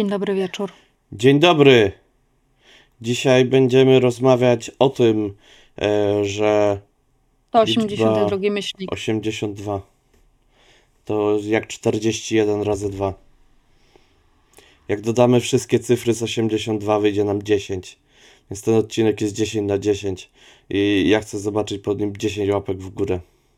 Dzień dobry wieczór. Dzień dobry. Dzisiaj będziemy rozmawiać o tym, że To liczba 82 myślnik. 82 to jak 41 razy 2. Jak dodamy wszystkie cyfry z 82, wyjdzie nam 10. Więc ten odcinek jest 10 na 10. I ja chcę zobaczyć pod nim 10 łapek w górę.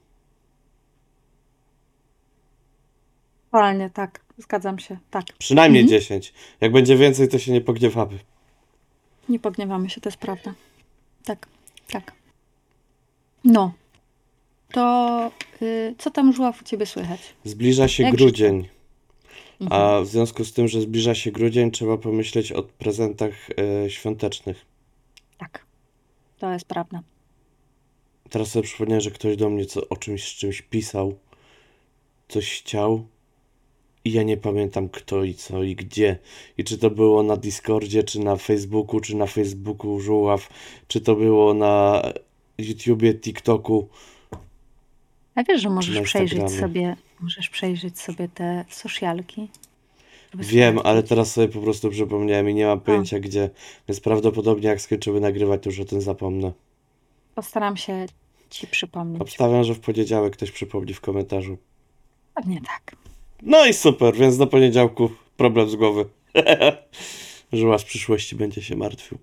Totalnie, tak. Zgadzam się. Tak. Przynajmniej 10. Jak będzie więcej, to się nie pogniewamy. Nie pogniewamy się, to jest prawda. Tak, tak. No. To co tam, Żuław, u ciebie słychać? Zbliża się Jak grudzień. Mhm. A w związku z tym, że zbliża się grudzień, trzeba pomyśleć o prezentach świątecznych. Tak. To jest prawda. Teraz sobie przypomniałem, że ktoś do mnie o czymś pisał, coś chciał i ja nie pamiętam kto i co i gdzie. I czy to było na Discordzie, czy na Facebooku Żuław, czy to było na YouTubie, TikToku, A wiesz, że czy na możesz Instagramie. przejrzeć sobie te socialki? Żeby Wiem, ale sprawdzić. teraz sobie po prostu przypomniałem i nie mam pojęcia gdzie, więc prawdopodobnie jak skończymy nagrywać, to już o tym zapomnę. Postaram się ci przypomnieć. Obstawiam, że w poniedziałek ktoś przypomni w komentarzu. Pewnie tak. No i super, więc do poniedziałku problem z głowy. Żuław w przyszłości będzie się martwił.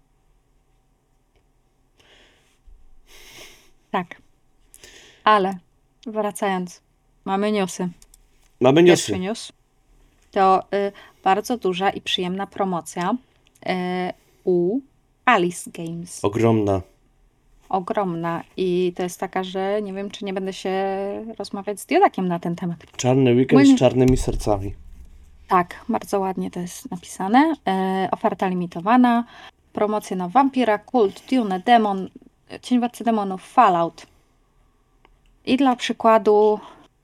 Tak. Ale wracając, mamy newsy. Mamy Pierwszy newsy. news to bardzo duża i przyjemna promocja u Alice Games. Ogromna. Ogromna. I to jest taka, że nie wiem, czy nie będę się rozmawiać z Diodakiem na ten temat. Czarny weekend z czarnymi sercami. Tak, bardzo ładnie to jest napisane. Oferta limitowana. Promocje na Vampira, Kult, Dune, Demon, Cień Władcy Demonów, Fallout. I dla przykładu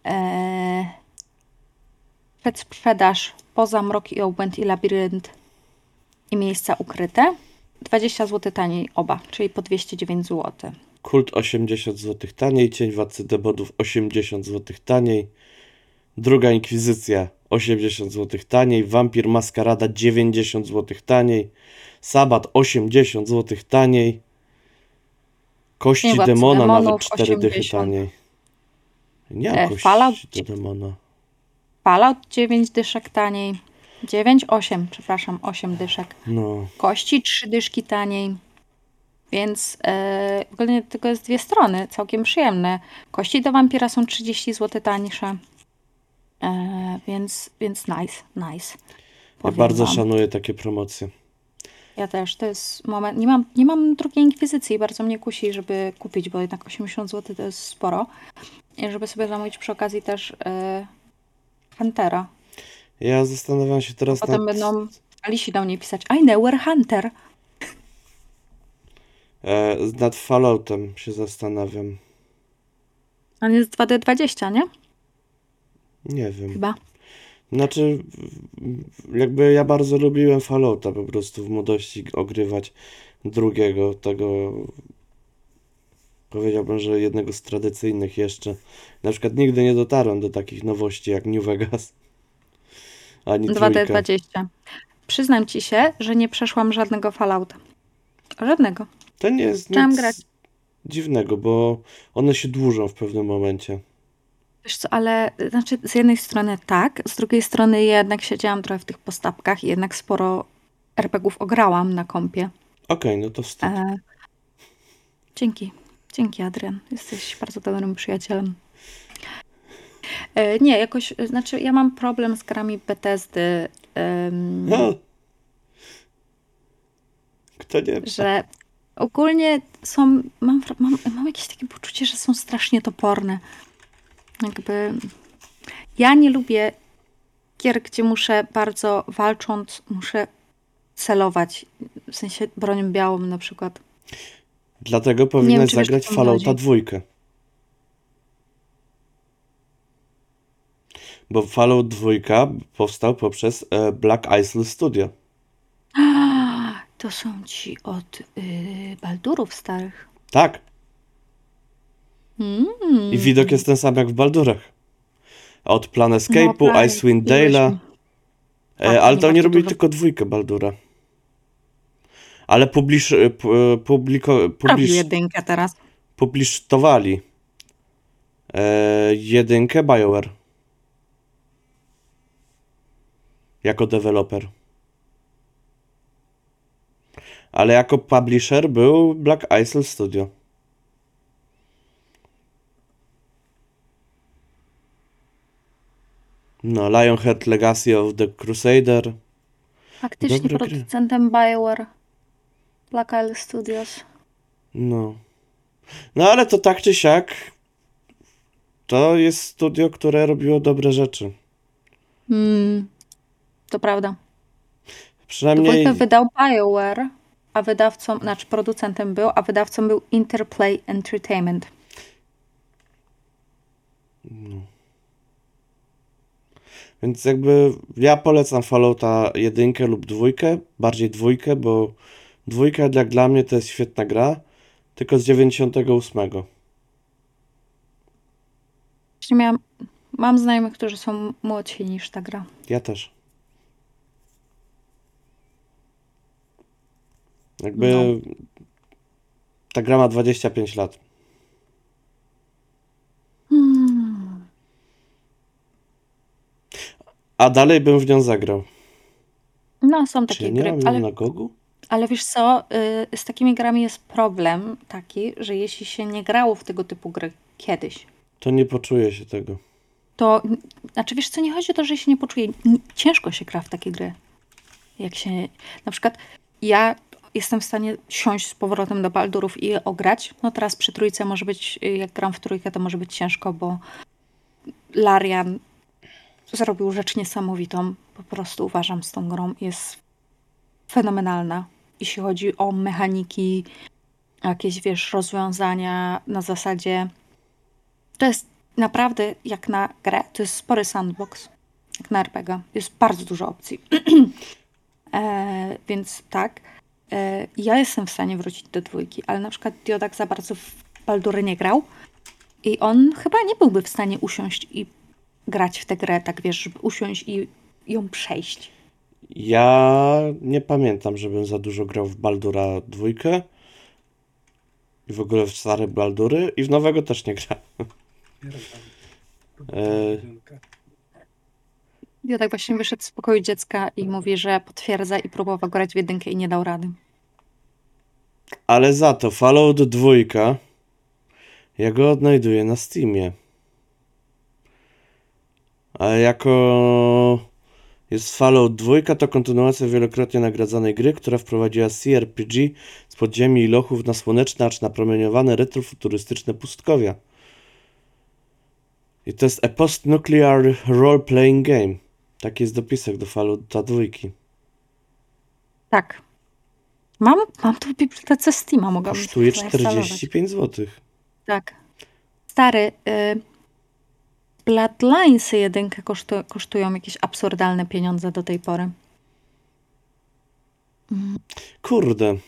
przedsprzedaż Poza Mrok i Obłęd i Labirynt i Miejsca Ukryte 20 zł taniej oba, czyli po 209 zł. Kult 80 zł taniej, Cień Władcy Demonów 80 zł taniej, Druga Inkwizycja 80 zł taniej, Wampir Maskarada 90 zł taniej, Sabat 80 zł taniej, Kości Cień Władcy Demona Demonów nawet 4 dychy 80. taniej. Nie mam Fallout, Kości do Demona. Fallout 9 dyszek taniej. 9, 8, przepraszam, 8 dyszek. No. Kości 3 dyszki taniej. Więc w ogóle tylko jest dwie strony, całkiem przyjemne. Kości do Wampira są 30 zł tańsze. Więc nice. Ja Powiem bardzo wam. szanuję takie promocje. Ja też, to jest moment. Nie mam drugiej Inkwizycji, bardzo mnie kusi, żeby kupić, bo jednak 80 zł to jest sporo. I żeby sobie zamówić przy okazji też Huntera. Ja zastanawiam się teraz Potem będą Alisi do mnie pisać, I know where Hunter. nad Falloutem się zastanawiam. On jest 2D20, nie? Nie wiem. Chyba. Znaczy, jakby ja bardzo lubiłem Fallouta po prostu w młodości ogrywać drugiego, tego powiedziałbym, że jednego z tradycyjnych jeszcze. Na przykład nigdy nie dotarłem do takich nowości jak New Vegas, ani trójka. 2D20. Przyznam ci się, że nie przeszłam żadnego Fallouta. Żadnego. To nie jest Chciałam nic grać. dziwnego, bo one się dłużą w pewnym momencie. Wiesz co, ale znaczy z jednej strony tak, z drugiej strony ja jednak siedziałam trochę w tych postawkach i jednak sporo RPGów ograłam na kompie. Okej, no to wstyd. Dzięki Adrian, jesteś bardzo dobrym przyjacielem. Nie, jakoś, znaczy ja mam problem z grami Bethesdy, No. Kto nie ma? że ogólnie są, mam jakieś takie poczucie, że są strasznie toporne. Jakby ja nie lubię gier, gdzie muszę bardzo walcząc, muszę celować, w sensie bronią białą na przykład. Dlatego powinnaś czy wiesz, zagrać o co mi Fallouta chodzi. 2. Bo Fallout 2 powstał poprzez Black Isle Studio. To są ci od Baldurów starych. Tak. I widok jest ten sam jak w Baldurach. Od Planescape'u, prawie, Icewind mówiłeś Dale'a. mi. Tak, Ale to oni bardzo robili dużo. tylko dwójkę Baldura. Ale Robił jedynkę teraz. publishtowali jedynkę BioWare jako deweloper. Ale jako publisher był Black Isle Studio. No, Lionheart Legacy of the Crusader. Faktycznie Dobre gry. producentem BioWare. Black Isle Studios. No. No ale to tak czy siak to jest studio, które robiło dobre rzeczy. To prawda. Przynajmniej Dwójkę wydał BioWare, a wydawcą, znaczy producentem był, a wydawcą był Interplay Entertainment. Więc jakby ja polecam Fallouta 1 lub 2, bardziej 2, bo 2 jak dla mnie to jest świetna gra, tylko z 98. Właśnie mam znajomych, którzy są młodsi niż ta gra. Ja też. Jakby ta gra ma 25 lat. A dalej bym w nią zagrał. No, są Czy takie ja nie gry, mam ją na Gogu? ale wiesz co, z takimi grami jest problem taki, że jeśli się nie grało w tego typu gry kiedyś, To nie poczuję się tego. to, znaczy wiesz co, nie chodzi o to, że się nie poczuje, ciężko się gra w takie gry. Jak się, na przykład ja jestem w stanie siąść z powrotem do Baldurów i je ograć, no teraz przy trójce może być, jak gram w trójkę, to może być ciężko, bo Larian zrobił rzecz niesamowitą, po prostu uważam z tą grą, jest fenomenalna, jeśli chodzi o mechaniki, jakieś, wiesz, rozwiązania na zasadzie, to jest naprawdę jak na grę, to jest spory sandbox, jak na RPG, jest bardzo dużo opcji. Więc tak, ja jestem w stanie wrócić do dwójki, ale na przykład Diodak za bardzo w Baldury nie grał i on chyba nie byłby w stanie usiąść i grać w tę grę, tak wiesz, żeby usiąść i ją przejść. Ja nie pamiętam, żebym za dużo grał w Baldura 2 i w ogóle w stare Baldury i w nowego też nie gra. Diodak właśnie wyszedł z pokoju dziecka i mówi, że potwierdza i próbował grać w jedynkę i nie dał rady. Ale za to Fallout 2 ja go odnajduję na Steamie. Ale jako jest Fallout 2, to kontynuacja wielokrotnie nagradzanej gry, która wprowadziła CRPG z podziemi i lochów na słoneczne, acz napromieniowane retrofuturystyczne pustkowia. I to jest a post-nuclear role-playing game. Taki jest dopisek do Fallouta 2. Tak. Mam tu w bibliotece Steama, mogłam Kosztuje to zainstalować. 45 zł. Tak. Stary, Bloodlinesy jedynkę kosztują jakieś absurdalne pieniądze do tej pory. Kurde.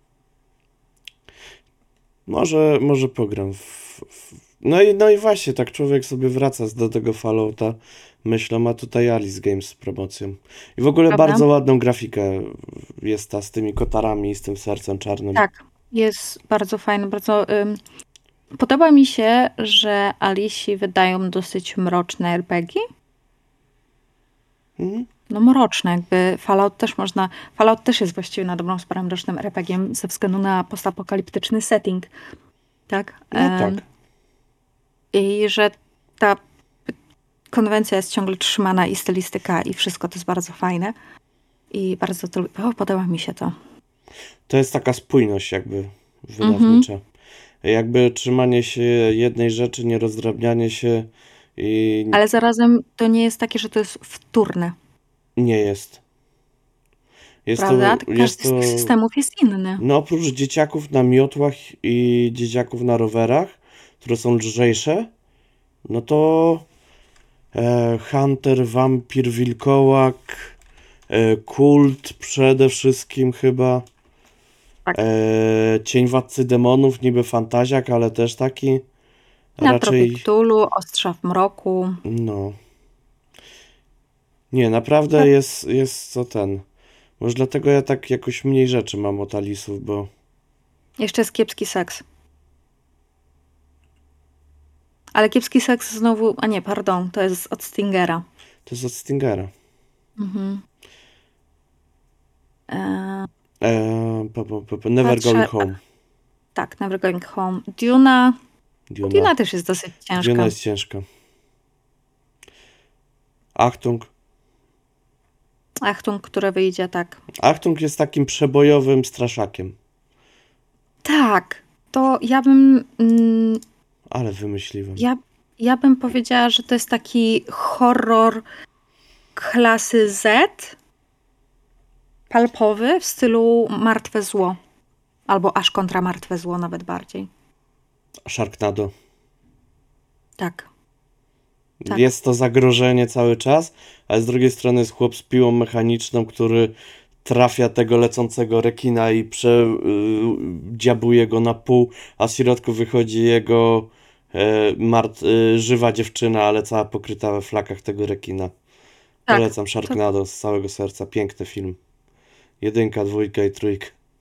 Może pogram No i właśnie, tak człowiek sobie wraca do tego Fallouta myślą, a tutaj Alice Games z promocją. I w ogóle Prawda? bardzo ładną grafikę jest ta z tymi kotarami i z tym sercem czarnym. Tak, jest bardzo fajny, bardzo... Podoba mi się, że Alici wydają dosyć mroczne RPG. Mhm. No mroczne, jakby Fallout też jest właściwie na dobrą sprawę mrocznym RPG-iem ze względu na postapokaliptyczny setting. Tak? No tak. I że ta konwencja jest ciągle trzymana i stylistyka i wszystko to jest bardzo fajne. I bardzo to podoba mi się to. To jest taka spójność jakby wydawnicza. Jakby trzymanie się jednej rzeczy, nie rozdrabnianie się i Ale zarazem to nie jest takie, że to jest wtórne, nie jest. prawda? Każdy z tych systemów jest inny. No oprócz dzieciaków na miotłach i dzieciaków na rowerach, które są lżejsze, no to Hunter, Wampir, Wilkołak, Kult przede wszystkim chyba, Tak. Cień Władcy Demonów, niby fantaziak, ale też taki Na raczej... Tropik Cthulhu, Ostrza w mroku. No. Nie, naprawdę jest co ten. Może dlatego ja tak jakoś mniej rzeczy mam od Alisów, bo Jeszcze jest kiepski seks. Ale kiepski seks znowu... A nie, pardon, to jest od Stingera. to jest od Stingera. Mhm. E, Never Going patrzę... Home. Tak, Never Going Home. Duna... Duna. Duna też jest dosyć ciężka. Duna jest ciężka. Achtung. Achtung, które wyjdzie, tak. Achtung jest takim przebojowym straszakiem. Tak, to ja bym... Ale wymyśliłem. Ja bym powiedziała, że to jest taki horror klasy Z, palpowy, w stylu Martwe Zło. Albo aż kontra Martwe Zło, nawet bardziej. Sharknado. Tak. Tak. Jest to zagrożenie cały czas, ale z drugiej strony jest chłop z piłą mechaniczną, który trafia tego lecącego rekina i dziabuje go na pół, a z środku wychodzi jego żywa dziewczyna, ale cała pokryta we flakach tego rekina. Tak. Polecam Sharknado z całego serca. Piękny film. 1, 2 i 3.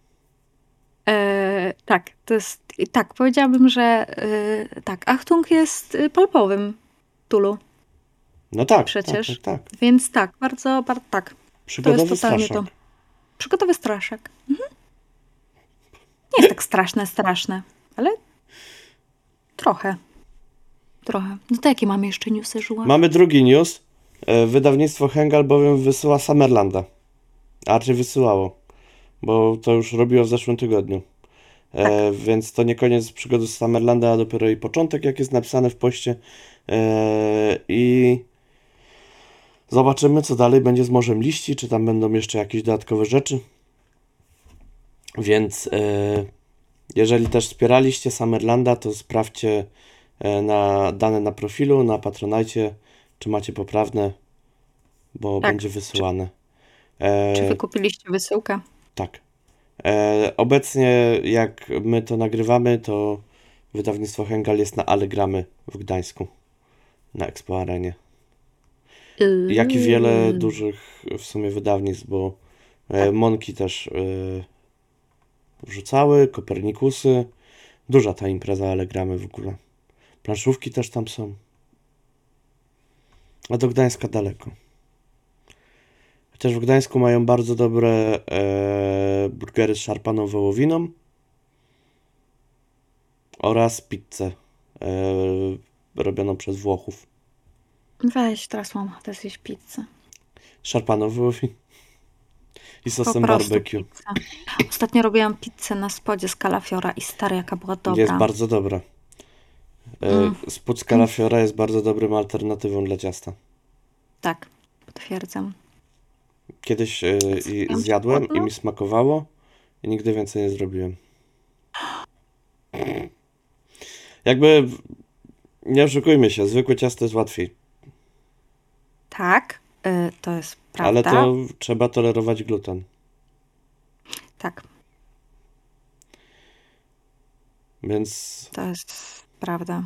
Tak, to jest... Tak, powiedziałabym, że tak, Achtung jest palpowym Tulu No tak, przecież. tak. Więc tak, bardzo, bardzo tak. Przygodowy totalnie straszak. Przygotowy straszak. Mhm. Nie jest tak straszne, ale trochę. Trochę. No to jakie mamy jeszcze newsy, Żuła? Mamy drugi news. Wydawnictwo Hengal bowiem wysyła Summerlanda. A raczej wysyłało, bo to już robiło w zeszłym tygodniu. Więc to nie koniec przygody z Summerlanda, a dopiero jej początek, jak jest napisane w poście. I zobaczymy, co dalej będzie z Morzem Liści, czy tam będą jeszcze jakieś dodatkowe rzeczy. Więc jeżeli też wspieraliście Summerlanda, to sprawdźcie dane na profilu, na Patronite, czy macie poprawne, bo Tak. będzie wysyłane. Czy wykupiliście wysyłkę? Tak. Obecnie, jak my to nagrywamy, to wydawnictwo Hengal jest na Allegramy w Gdańsku, na Expo Arenie. Jak i wiele dużych w sumie wydawnictw, bo Monki też wrzucały, Kopernikusy. Duża ta impreza Allegramy w ogóle. Planszówki też tam są. A do Gdańska daleko. Chociaż w Gdańsku mają bardzo dobre burgery z szarpaną wołowiną oraz pizzę robioną przez Włochów. Weź, teraz mam ochotę zjeść pizzę. Szarpaną wołowiną i sosem Po prostu barbecue. pizzę. Ostatnio robiłam pizzę na spodzie z kalafiora i stary, jaka była dobra. Jest bardzo dobra. Spód z kalafiora jest bardzo dobrym alternatywą dla ciasta. Tak, potwierdzam. Kiedyś Zjem zjadłem i chłodno? mi smakowało i nigdy więcej nie zrobiłem. Jakby nie oszukujmy się, zwykłe ciasto jest łatwiej, Tak, to jest prawda. ale to trzeba tolerować gluten. Tak, Więc to jest prawda.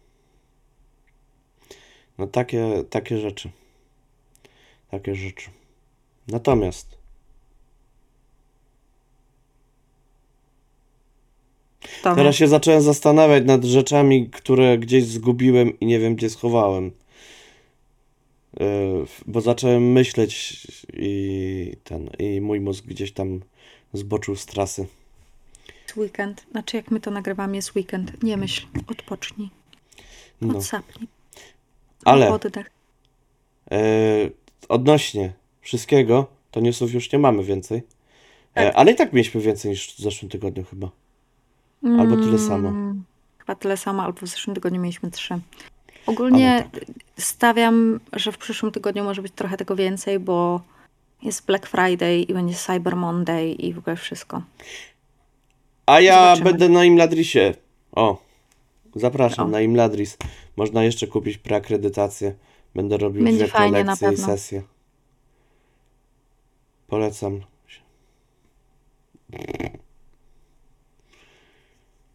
no takie rzeczy. Takie rzeczy. Natomiast teraz się zacząłem zastanawiać nad rzeczami, które gdzieś zgubiłem i nie wiem, gdzie schowałem. Bo zacząłem myśleć i mój mózg gdzieś tam zboczył z trasy. Jest weekend. Znaczy, jak my to nagrywamy, jest weekend. Nie myśl, odpocznij. No. Odsapnij. Ale Oddech. odnośnie wszystkiego, to newsów już nie mamy więcej. Tak. Ale i tak mieliśmy więcej niż w zeszłym tygodniu chyba. Albo tyle samo. Chyba tyle samo, albo w zeszłym tygodniu mieliśmy 3. Ogólnie stawiam, że w przyszłym tygodniu może być trochę tego więcej, bo jest Black Friday i będzie Cyber Monday i w ogóle wszystko. A ja Zobaczymy. będę na Imladrisie. O, zapraszam O. na Imladris. Można jeszcze kupić preakredytację. Będę robił Będzie 2 fajnie, na prelekcje i pewno. sesje. Polecam.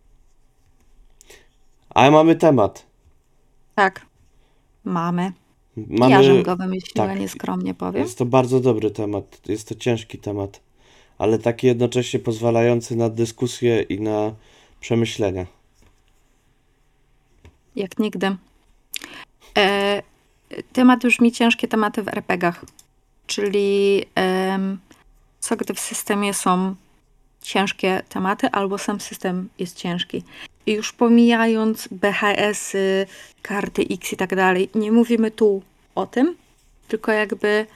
Ale mamy temat. Tak, mamy. Ja żem Mamy, go wymyśliła, tak, nieskromnie powiem. jest to bardzo dobry temat, jest to ciężki temat, ale taki jednocześnie pozwalający na dyskusję i na przemyślenia. Jak nigdy. E, Temat brzmi ciężkie tematy w RPG-ach. Czyli co gdy w systemie są ciężkie tematy, albo sam system jest ciężki. I już pomijając BHS-y, karty X i tak dalej, nie mówimy tu o tym, tylko jakby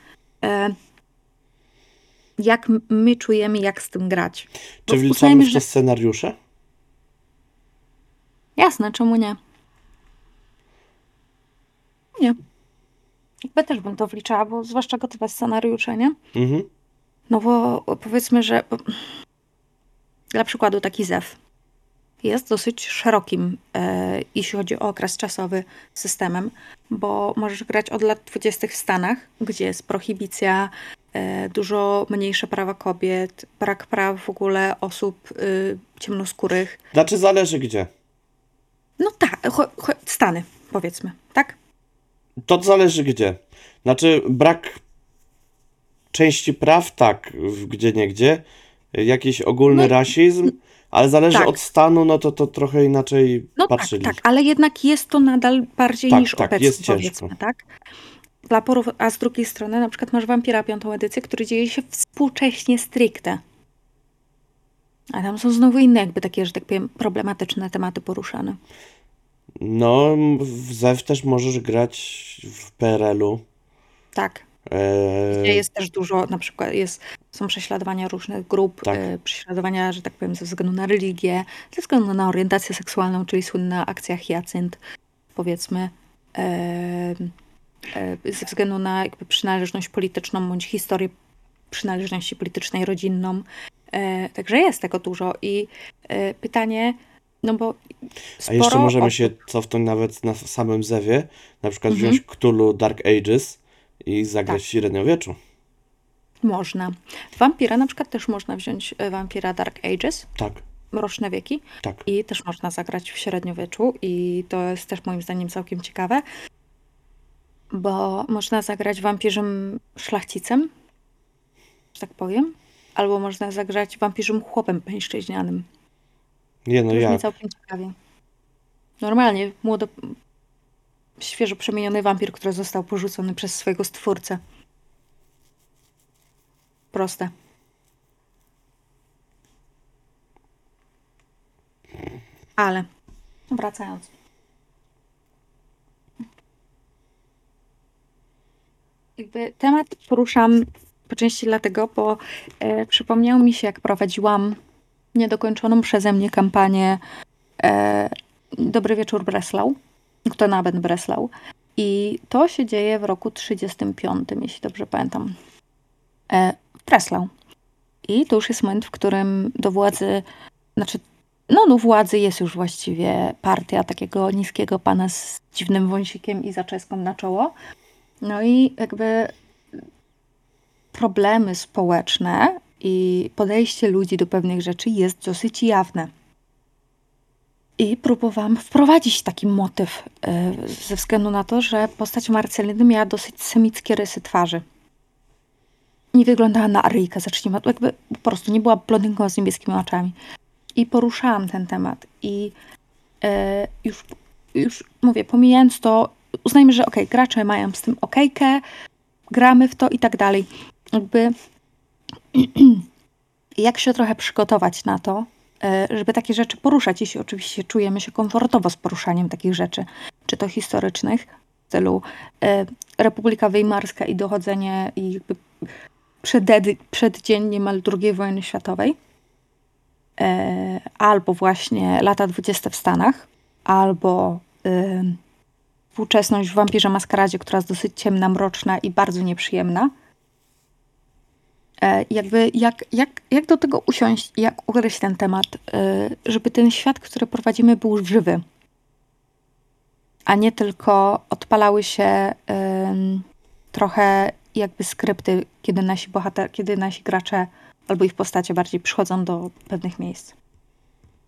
jak my czujemy, jak z tym grać. Bo Czy wliczamy uznajmy, w że to scenariusze? jasne, czemu nie? Nie. Jakby też bym to wliczała, bo zwłaszcza gotowe scenariusze, nie? Mhm. No bo powiedzmy, że dla przykładu taki zew jest dosyć szerokim, jeśli chodzi o okres czasowy, systemem, bo możesz grać od lat 20. w Stanach, gdzie jest prohibicja, dużo mniejsze prawa kobiet, brak praw w ogóle osób ciemnoskórych. Znaczy zależy gdzie. No tak, Stany, powiedzmy, tak? To zależy gdzie. Znaczy brak części praw, tak, gdzie nie gdzie. Jakiś ogólny No rasizm, ale zależy tak, od stanu, no to trochę inaczej no tak, patrzyli. tak, ale jednak jest to nadal bardziej Tak, niż tak, jest obecnie, ciężko. powiedzmy, tak? A z drugiej strony na przykład masz Wampira 5. edycję, który dzieje się współcześnie stricte. A tam są znowu inne jakby takie, że tak powiem, problematyczne tematy poruszane. No, w ZEW też możesz grać w PRL-u. Tak. Gdzie jest też dużo, na przykład są prześladowania różnych grup, Tak. prześladowania, że tak powiem, ze względu na religię, ze względu na orientację seksualną, czyli słynna akcja Hyacynt, powiedzmy, ze względu na jakby przynależność polityczną bądź historię przynależności politycznej, rodzinną. Także jest tego dużo i pytanie, no bo A jeszcze sporo możemy osób, się cofnąć nawet na samym Zewie, na przykład Mhm. wziąć Cthulhu Dark Ages i zagrać Tak. w średniowieczu. można. Wampira na przykład też można wziąć Wampira Dark Ages, Tak, Mroczne Wieki tak. i też można zagrać w średniowieczu i to jest też moim zdaniem całkiem ciekawe, bo można zagrać wampirzym szlachcicem, że tak powiem, albo można zagrać wampirzym chłopem pańszczyźnianym. Nie no To brzmi jak? całkiem ciekawie. Normalnie, świeżo przemieniony wampir, który został porzucony przez swojego stwórcę. Proste. Ale, wracając. Jakby temat poruszam po części dlatego, bo przypomniało mi się, jak prowadziłam niedokończoną przeze mnie kampanię Dobry wieczór Breslau, Gtonaben Breslau. I to się dzieje w roku 35, jeśli dobrze pamiętam, w Breslau. I to już jest moment, w którym do władzy, znaczy, no do władzy jest już właściwie partia takiego niskiego pana z dziwnym wąsikiem i zaczeską na czoło. No i jakby problemy społeczne i podejście ludzi do pewnych rzeczy jest dosyć jawne. I próbowałam wprowadzić taki motyw ze względu na to, że postać Marceliny miała dosyć semickie rysy twarzy. Nie wyglądała na Aryjkę, zacznijmy, jakby po prostu nie była blondynką z niebieskimi oczami. I poruszałam ten temat. I już mówię, pomijając to, uznajmy, że okej, gracze mają z tym okejkę, gramy w to i tak dalej. Jakby jak się trochę przygotować na to, żeby takie rzeczy poruszać, jeśli oczywiście czujemy się komfortowo z poruszaniem takich rzeczy, czy to historycznych, w stylu Republika Weimarska i dochodzenie i jakby przeddzień niemal II wojny światowej, albo właśnie lata 20 w Stanach, albo współczesność w Wampirze Maskaradzie, która jest dosyć ciemna, mroczna i bardzo nieprzyjemna. Jakby jak do tego usiąść i jak ugryźć ten temat, żeby ten świat, który prowadzimy, był żywy, a nie tylko odpalały się trochę jakby skrypty, kiedy nasi gracze albo ich postacie bardziej przychodzą do pewnych miejsc.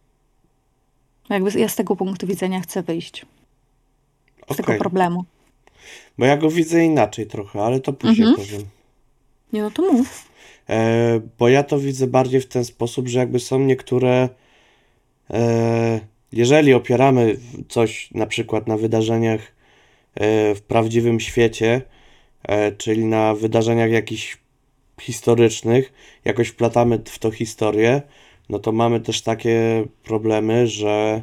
Jakby ja z tego punktu widzenia chcę wyjść. Z tego Okej. problemu. Bo ja go widzę inaczej trochę, ale to później Mhm. powiem. Nie, no to mów. Bo ja to widzę bardziej w ten sposób, że jakby są niektóre. Jeżeli opieramy coś na przykład na wydarzeniach w prawdziwym świecie, czyli na wydarzeniach jakichś historycznych, jakoś wplatamy w to historię, no to mamy też takie problemy, że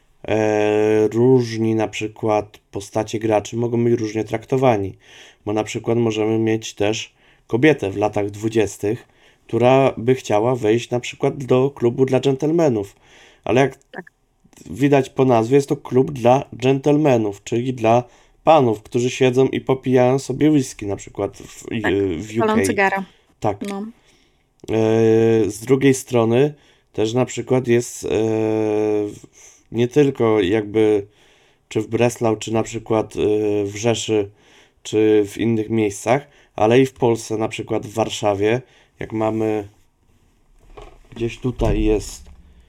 różni na przykład postacie graczy mogą być różnie traktowani, bo na przykład możemy mieć też kobietę w latach 20., która by chciała wejść na przykład do klubu dla dżentelmenów, ale jak Tak. widać po nazwie, jest to klub dla dżentelmenów, czyli dla panów, którzy siedzą i popijają sobie whisky, na przykład Tak. w UK. Palą cygara. Tak. No. Z drugiej strony też na przykład jest nie tylko jakby czy w Breslau, czy na przykład w Rzeszy, czy w innych miejscach, ale i w Polsce, na przykład w Warszawie, jak mamy gdzieś tutaj jest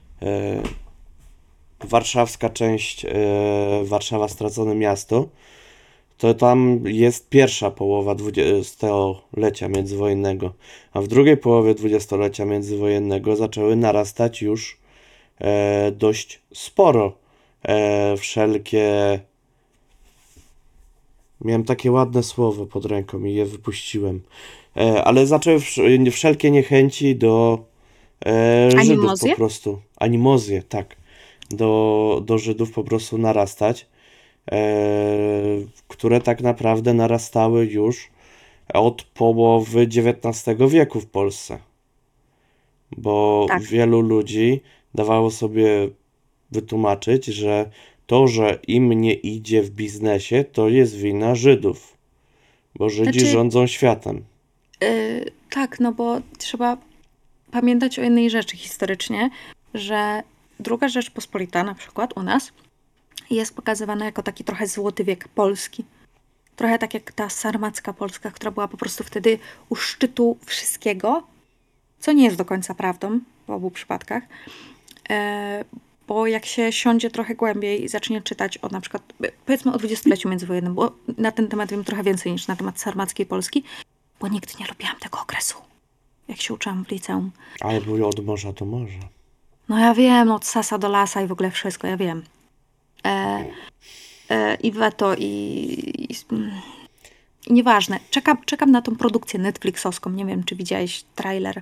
warszawska część, Warszawa Stracone Miasto, to tam jest pierwsza połowa dwudziestolecia międzywojennego, a w drugiej połowie dwudziestolecia międzywojennego zaczęły narastać już dość sporo wszelkie. Miałem takie ładne słowo pod ręką i je wypuściłem. Ale zaczęły wszelkie niechęci do Żydów po Animozje? prostu. Animozje, tak. Do Żydów po prostu narastać, które tak naprawdę narastały już od połowy XIX wieku w Polsce. Bo Tak. wielu ludzi dawało sobie wytłumaczyć, że to, że im nie idzie w biznesie, to jest wina Żydów, bo Żydzi Znaczy, rządzą światem. tak, no bo trzeba pamiętać o jednej rzeczy historycznie, że II Rzeczpospolita na przykład u nas jest pokazywana jako taki trochę złoty wiek Polski. Trochę tak jak ta sarmacka Polska, która była po prostu wtedy u szczytu wszystkiego, co nie jest do końca prawdą w obu przypadkach. Bo jak się siądzie trochę głębiej i zacznie czytać o na przykład, powiedzmy o dwudziestoleciu międzywojennym, bo na ten temat wiem trochę więcej niż na temat sarmackiej Polski, bo nigdy nie lubiłam tego okresu, jak się uczyłam w liceum. Ale były od morza do morza. No ja wiem, od sasa do lasa i w ogóle wszystko, ja wiem. I weto, i nieważne. Czekam na tą produkcję Netflixowską. Nie wiem, czy widziałeś trailer.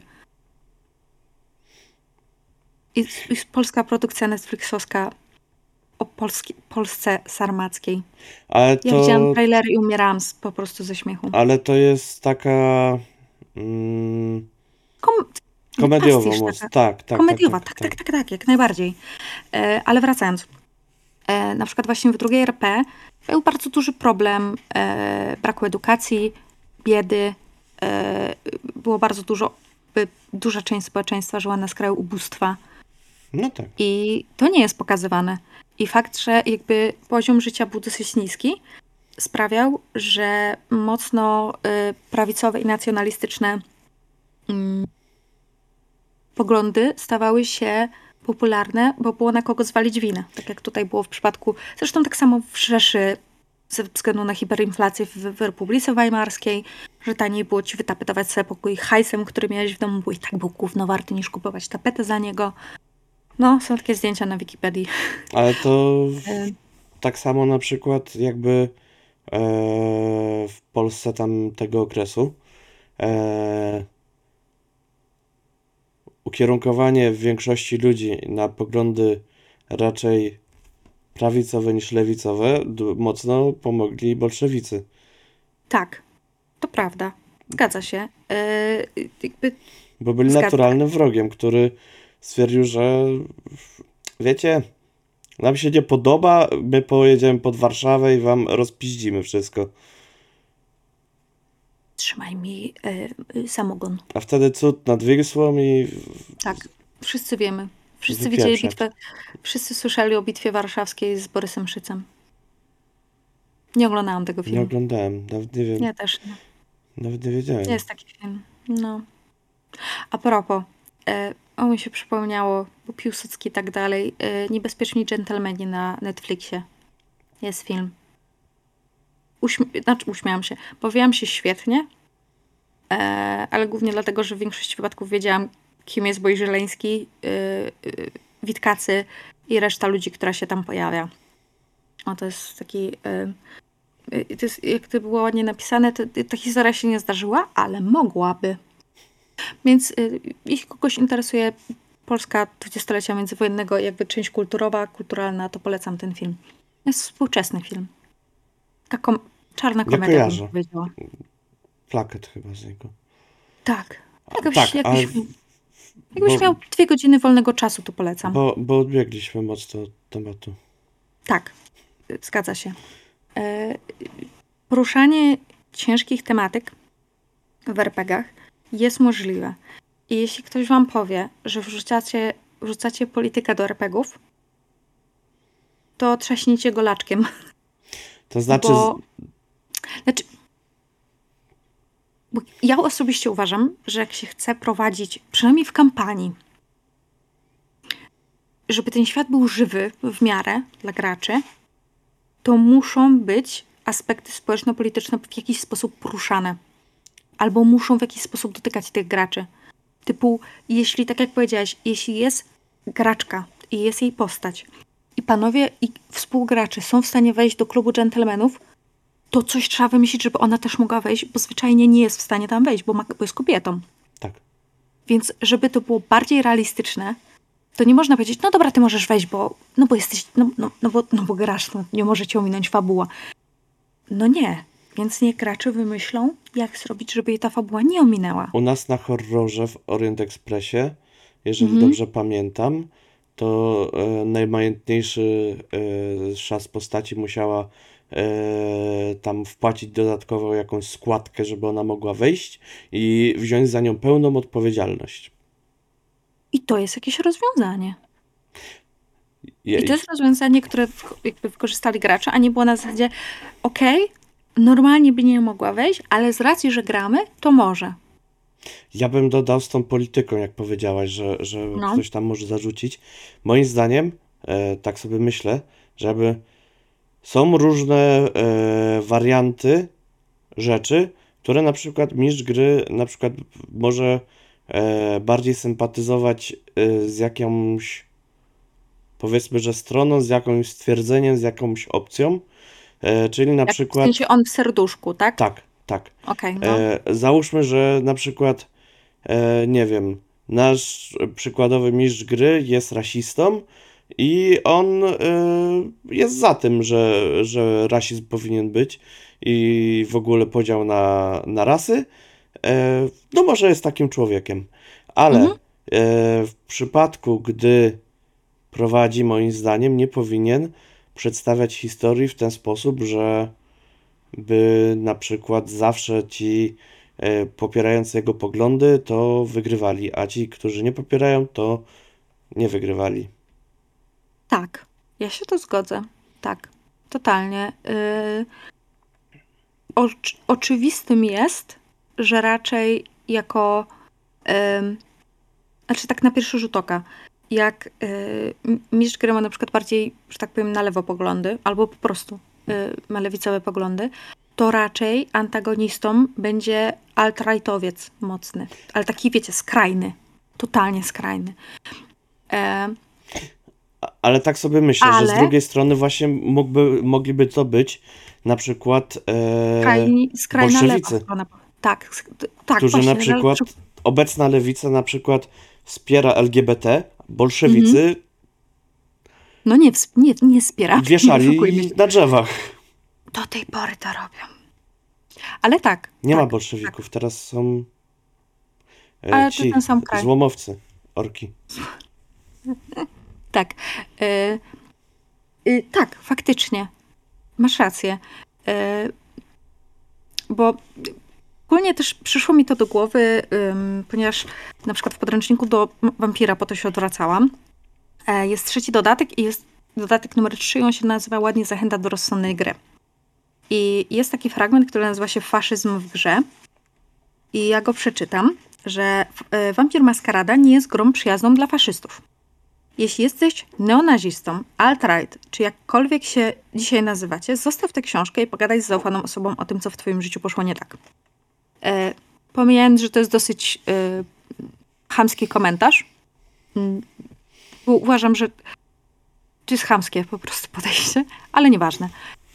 I polska produkcja Netflixowska o Polsce sarmackiej. Ale Ja widziałam to, trailer i umierałam po prostu ze śmiechu. ale to jest taka mm, Kom- komediowa pastisz moc. taka. Tak, tak, tak, Komediowa, tak, tak, tak. tak, tak, tak, jak najbardziej. Ale wracając. Na przykład właśnie w II RP był bardzo duży problem braku edukacji, biedy. Było bardzo duża część społeczeństwa żyła na skraju ubóstwa. No tak. I to nie jest pokazywane. I fakt, że jakby poziom życia był dosyć niski, sprawiał, że mocno prawicowe i nacjonalistyczne poglądy stawały się popularne, bo było na kogo zwalić winę. Tak jak tutaj było w przypadku, zresztą tak samo w Rzeszy, ze względu na hiperinflację w Republice Weimarskiej, że taniej było ci wytapetować sobie pokój hajsem, który miałeś w domu, bo i tak był gówno warty niż kupować tapetę za niego. No, są takie zdjęcia na Wikipedii. Ale to E, tak samo na przykład jakby w Polsce tamtego okresu ukierunkowanie większości ludzi na poglądy raczej prawicowe niż lewicowe mocno pomogli bolszewicy. Tak, to prawda. Zgadza się. Jakby Bo byli naturalnym wrogiem, który stwierdził, że wiecie, nam się nie podoba, my pojedziemy pod Warszawę i wam rozpiździmy wszystko. Trzymaj mi samogon. A wtedy cud nad Wisłą i Tak, wszyscy wiemy. Wszyscy wypieprzać. widzieli bitwę. Wszyscy słyszeli o bitwie warszawskiej z Borysem Szycem. Nie oglądałam tego Nie filmu. oglądałem, nawet nie wiem, Ja też nie. nawet nie wiedziałem. Jest taki film. No. A propos, o mi się przypomniało, bo Piłsudski i tak dalej. Niebezpieczni dżentelmeni na Netflixie. Jest film. uśmiałam się. Bawiłam się świetnie, ale głównie dlatego, że w większości wypadków wiedziałam, kim jest Boj Żeleński, Witkacy i reszta ludzi, która się tam pojawia. To jest taki... to jest, jak to było ładnie napisane, to ta historia się nie zdarzyła, ale mogłaby. Więc jeśli kogoś interesuje Polska dwudziestolecia międzywojennego, jakby część kulturowa, kulturalna, to polecam ten film. Jest współczesny film. Taka czarna komedia, bym kojarzę. powiedziała. Plakat chyba z niego. Tak. Ale Jakbyś miał 2 godziny wolnego czasu, to polecam. bo odbiegliśmy mocno od tematu. Tak, zgadza się. Poruszanie ciężkich tematyk w RPG-ach jest możliwe. I jeśli ktoś wam powie, że wrzucacie politykę do RPG-ów, to trzaśnijcie go laczkiem. To znaczy... Bo ja osobiście uważam, że jak się chce prowadzić, przynajmniej w kampanii, żeby ten świat był żywy w miarę dla graczy, to muszą być aspekty społeczno-polityczne w jakiś sposób poruszane. Albo muszą w jakiś sposób dotykać tych graczy. Typu, jeśli, tak jak powiedziałaś, jeśli jest graczka i jest jej postać i panowie i współgracze są w stanie wejść do klubu dżentelmenów, to coś trzeba wymyślić, żeby ona też mogła wejść, bo zwyczajnie nie jest w stanie tam wejść, bo jest kobietą. Tak. Więc żeby to było bardziej realistyczne, to nie można powiedzieć, no dobra, ty możesz wejść, bo jesteś, bo grasz, nie może cię ominąć fabuła. No nie. Więc niech gracze wymyślą, jak zrobić, żeby jej ta fabuła nie ominęła. U nas na horrorze w Orient Expressie, jeżeli dobrze pamiętam, to najmajętniejszy z postaci musiała tam wpłacić dodatkowo jakąś składkę, żeby ona mogła wejść i wziąć za nią pełną odpowiedzialność. I to jest jakieś rozwiązanie. I to jest rozwiązanie, które jakby wykorzystali gracze, a nie było na zasadzie normalnie by nie mogła wejść, ale z racji, że gramy, to może. Ja bym dodał z tą polityką, jak powiedziałaś, że ktoś tam może zarzucić. Moim zdaniem, tak sobie myślę, żeby są różne warianty rzeczy, które na przykład mistrz gry na przykład może bardziej sympatyzować z jakąś, powiedzmy, że stroną, z jakimś stwierdzeniem, z jakąś opcją, czyli na przykład... W sensie on w serduszku, tak? Tak. Okej, Załóżmy, że na przykład, nie wiem, nasz przykładowy mistrz gry jest rasistą i on jest za tym, że rasizm powinien być i w ogóle podział na rasy. No może jest takim człowiekiem, ale w przypadku, gdy prowadzi, moim zdaniem, nie powinien przedstawiać historii w ten sposób, że by na przykład zawsze ci popierający jego poglądy to wygrywali, a ci, którzy nie popierają, to nie wygrywali. Tak, ja się to zgodzę. Tak, totalnie. Oczywistym jest, że raczej jako znaczy tak na pierwszy rzut oka, jak mistrz gry ma na przykład bardziej, że tak powiem, na lewo poglądy, albo po prostu ma lewicowe poglądy, to raczej antagonistą będzie alt-rightowiec mocny. Ale taki, wiecie, skrajny. Totalnie skrajny. Ale tak sobie myślę, że z drugiej strony właśnie mogliby to być na przykład skrajna bolszewicy. Lewa strona. Tak, którzy właśnie, na przykład, obecna lewica na przykład wspiera LGBT, bolszewicy no nie wspiera. wieszali ich na drzewach. Do tej pory to robią. Ale tak. Nie ma bolszewików, teraz są ale ci ten sam kraj. złomowcy, orki. Tak. Tak, faktycznie. Masz rację. Bo ogólnie też przyszło mi to do głowy, ponieważ na przykład w podręczniku do Wampira po to się odwracałam. Jest 3. dodatek i jest dodatek numer 3 i on się nazywa ładnie Zachęta do rozsądnej gry. I jest taki fragment, który nazywa się Faszyzm w grze. I ja go przeczytam, że Wampir Maskarada nie jest grą przyjazną dla faszystów. Jeśli jesteś neonazistą, alt-right, czy jakkolwiek się dzisiaj nazywacie, zostaw tę książkę i pogadaj z zaufaną osobą o tym, co w twoim życiu poszło nie tak. Pomijając, że to jest dosyć chamski komentarz, bo uważam, że to jest chamskie po prostu podejście, ale nieważne.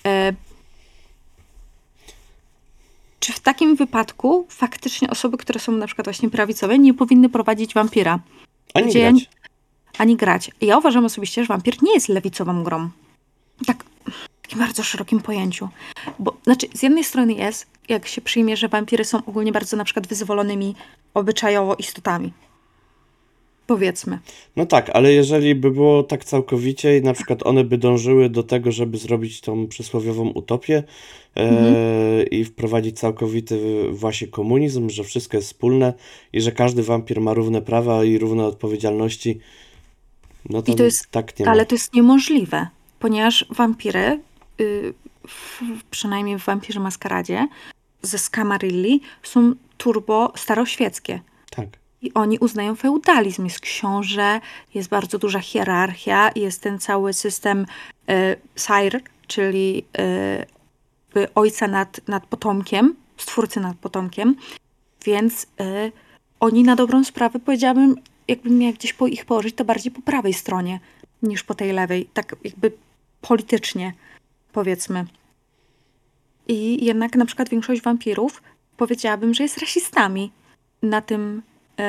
Czy w takim wypadku faktycznie osoby, które są na przykład właśnie prawicowe, nie powinny prowadzić wampira? Ani Gdzie grać. Ani grać. Ja uważam osobiście, że wampir nie jest lewicową grą. Tak, w takim bardzo szerokim pojęciu. Bo, znaczy, z jednej strony jest, jak się przyjmie, że wampiry są ogólnie bardzo na przykład wyzwolonymi obyczajowo istotami. Powiedzmy. No tak, ale jeżeli by było tak całkowicie i na przykład one by dążyły do tego, żeby zrobić tą przysłowiową utopię i wprowadzić całkowity właśnie komunizm, że wszystko jest wspólne i że każdy wampir ma równe prawa i równe odpowiedzialności, no to, I to jest, tak nie ma. ale to jest niemożliwe, ponieważ wampiry, przynajmniej w Wampirze Maskaradzie, ze Skamarilli, są turbo staroświeckie. Tak. I oni uznają feudalizm. Jest książę, jest bardzo duża hierarchia, jest ten cały system sire, czyli ojca nad potomkiem, stwórcy nad potomkiem. Więc oni na dobrą sprawę, powiedziałabym, jakbym miała gdzieś ich położyć, to bardziej po prawej stronie niż po tej lewej. Tak jakby politycznie, powiedzmy. I jednak na przykład większość wampirów powiedziałabym, że jest rasistami na tym...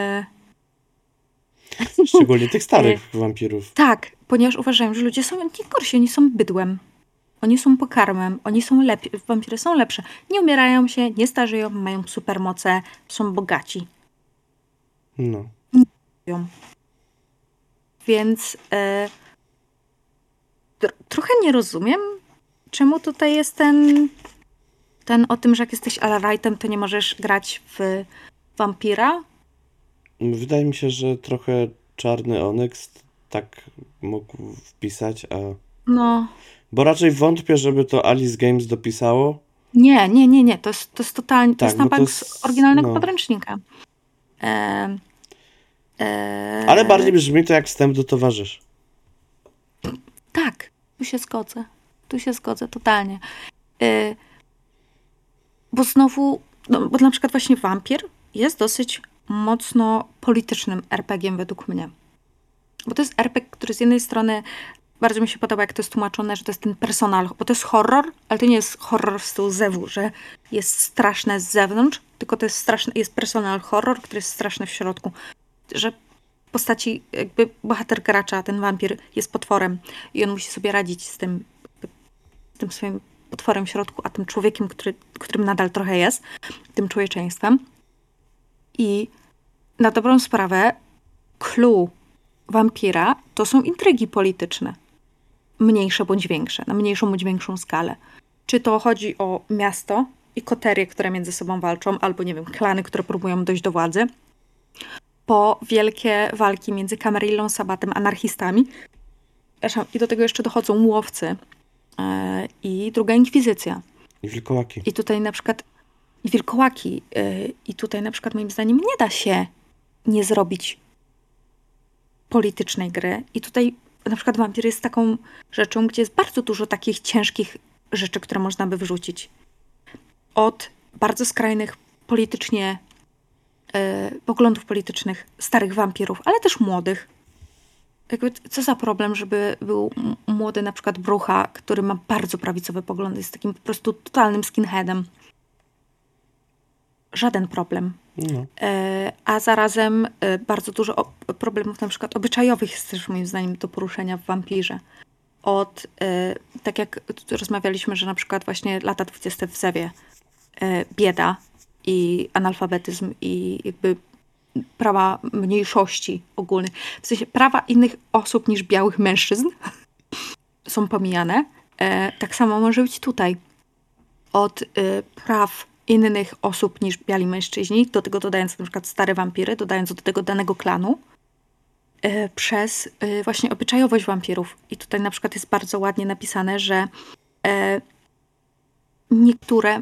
Szczególnie tych starych wampirów. Tak, ponieważ uważają, że ludzie są nie gorsi, oni są bydłem. Oni są pokarmem, oni są lepiej, wampiry są lepsze. Nie umierają się, nie starzeją, mają supermoce, są bogaci. No. Więc trochę nie rozumiem, czemu tutaj jest ten o tym, że jak jesteś alt-rightem, to nie możesz grać w wampira. Wydaje mi się, że trochę Czarny Onyx tak mógł wpisać, a... No, Bo raczej wątpię, żeby to Alice Games dopisało. nie. To jest totalnie, to Tak, jest na bo to bank jest- z oryginalnego no. podręcznika. Ale bardziej brzmi to jak wstęp do Towarzysz. Tak, tu się zgodzę totalnie. Bo znowu, no, bo na przykład właśnie Wampir jest dosyć mocno politycznym RPG-iem według mnie. Bo to jest RPG, który z jednej strony bardzo mi się podoba, jak to jest tłumaczone, że to jest ten personal, bo to jest horror, ale to nie jest horror w stylu Zewu, że jest straszne z zewnątrz, tylko to jest straszne, jest personal horror, który jest straszny w środku. Że w postaci jakby bohater gracza, ten wampir jest potworem i on musi sobie radzić z tym swoim potworem w środku, a tym człowiekiem, którym nadal trochę jest, tym człowieczeństwem. I na dobrą sprawę clue wampira to są intrygi polityczne. Mniejsze bądź większe, na mniejszą bądź większą skalę. Czy to chodzi o miasto i koterie, które między sobą walczą, albo nie wiem, klany, które próbują dojść do władzy, po wielkie walki między Camarillą, Sabatem, anarchistami. I do tego jeszcze dochodzą łowcy i druga inkwizycja. I wilkołaki. I tutaj na przykład i wilkołaki. I tutaj na przykład moim zdaniem nie da się nie zrobić politycznej gry. I tutaj na przykład wampir jest taką rzeczą, gdzie jest bardzo dużo takich ciężkich rzeczy, które można by wrzucić. Od bardzo skrajnych politycznie poglądów politycznych starych wampirów, ale też młodych. Jakby, co za problem, żeby był młody na przykład Brucha, który ma bardzo prawicowe poglądy, jest takim po prostu totalnym skinheadem. Żaden problem. No. A zarazem bardzo dużo problemów na przykład obyczajowych jest też moim zdaniem do poruszenia w Wampirze. Tak jak rozmawialiśmy, że na przykład właśnie lata 20 w Zewie, bieda i analfabetyzm i jakby prawa mniejszości ogólnych, w sensie prawa innych osób niż białych mężczyzn są pomijane. Tak samo może być tutaj. Od praw innych osób niż biali mężczyźni, do tego dodając na przykład stare wampiry, dodając do tego danego klanu, przez właśnie obyczajowość wampirów. I tutaj na przykład jest bardzo ładnie napisane, że niektóre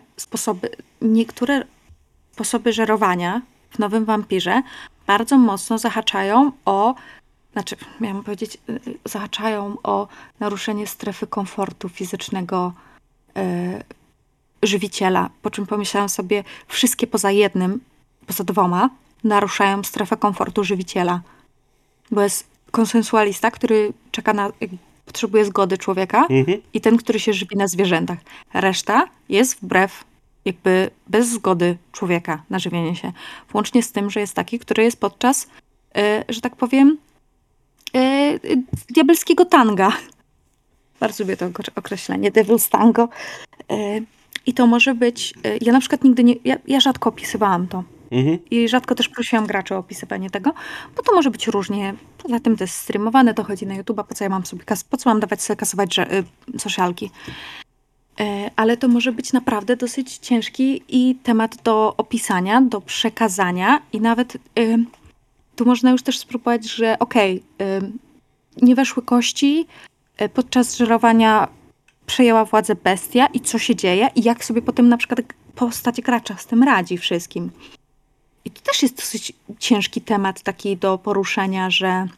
sposoby żerowania w Nowym Wampirze bardzo mocno zahaczają o znaczy miałam powiedzieć, zahaczają o naruszenie strefy komfortu fizycznego żywiciela, po czym pomyślałam sobie, wszystkie poza jednym, poza dwoma, naruszają strefę komfortu żywiciela. Bo jest konsensualista, który czeka na, potrzebuje zgody człowieka Mhm. i ten, który się żywi na zwierzętach. Reszta jest wbrew, jakby bez zgody człowieka na żywienie się. Włącznie z tym, że jest taki, który jest podczas, że tak powiem, diabelskiego tanga. Bardzo lubię to określenie, devil's tango. I to może być, ja na przykład nigdy nie, ja rzadko opisywałam to. Mhm. I rzadko też prosiłam graczy o opisywanie tego, bo to może być różnie. Poza tym to jest streamowane, to chodzi na YouTube'a, po co ja mam sobie, po co mam dawać sobie kasować socialki. Ale to może być naprawdę dosyć ciężki i temat do opisania, do przekazania i nawet tu można już też spróbować, że nie weszły kości, podczas żerowania przejęła władzę bestia i co się dzieje i jak sobie potem na przykład postać gracza z tym radzi wszystkim. I to też jest dosyć ciężki temat taki do poruszenia, że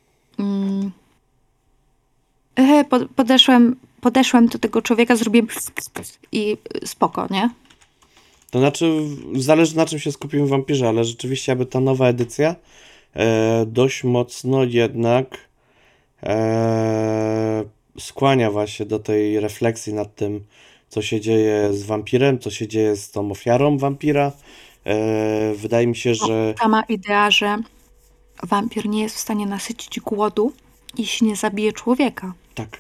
podeszłem do tego człowieka, zrobiłem i spoko, nie? To znaczy, zależy na czym się skupimy w Wampirze, ale rzeczywiście, aby ta nowa edycja dość mocno jednak skłania właśnie do tej refleksji nad tym, co się dzieje z wampirem, co się dzieje z tą ofiarą wampira. Wydaje mi się, że Sama idea, że wampir nie jest w stanie nasycić głodu, jeśli nie zabije człowieka. tak.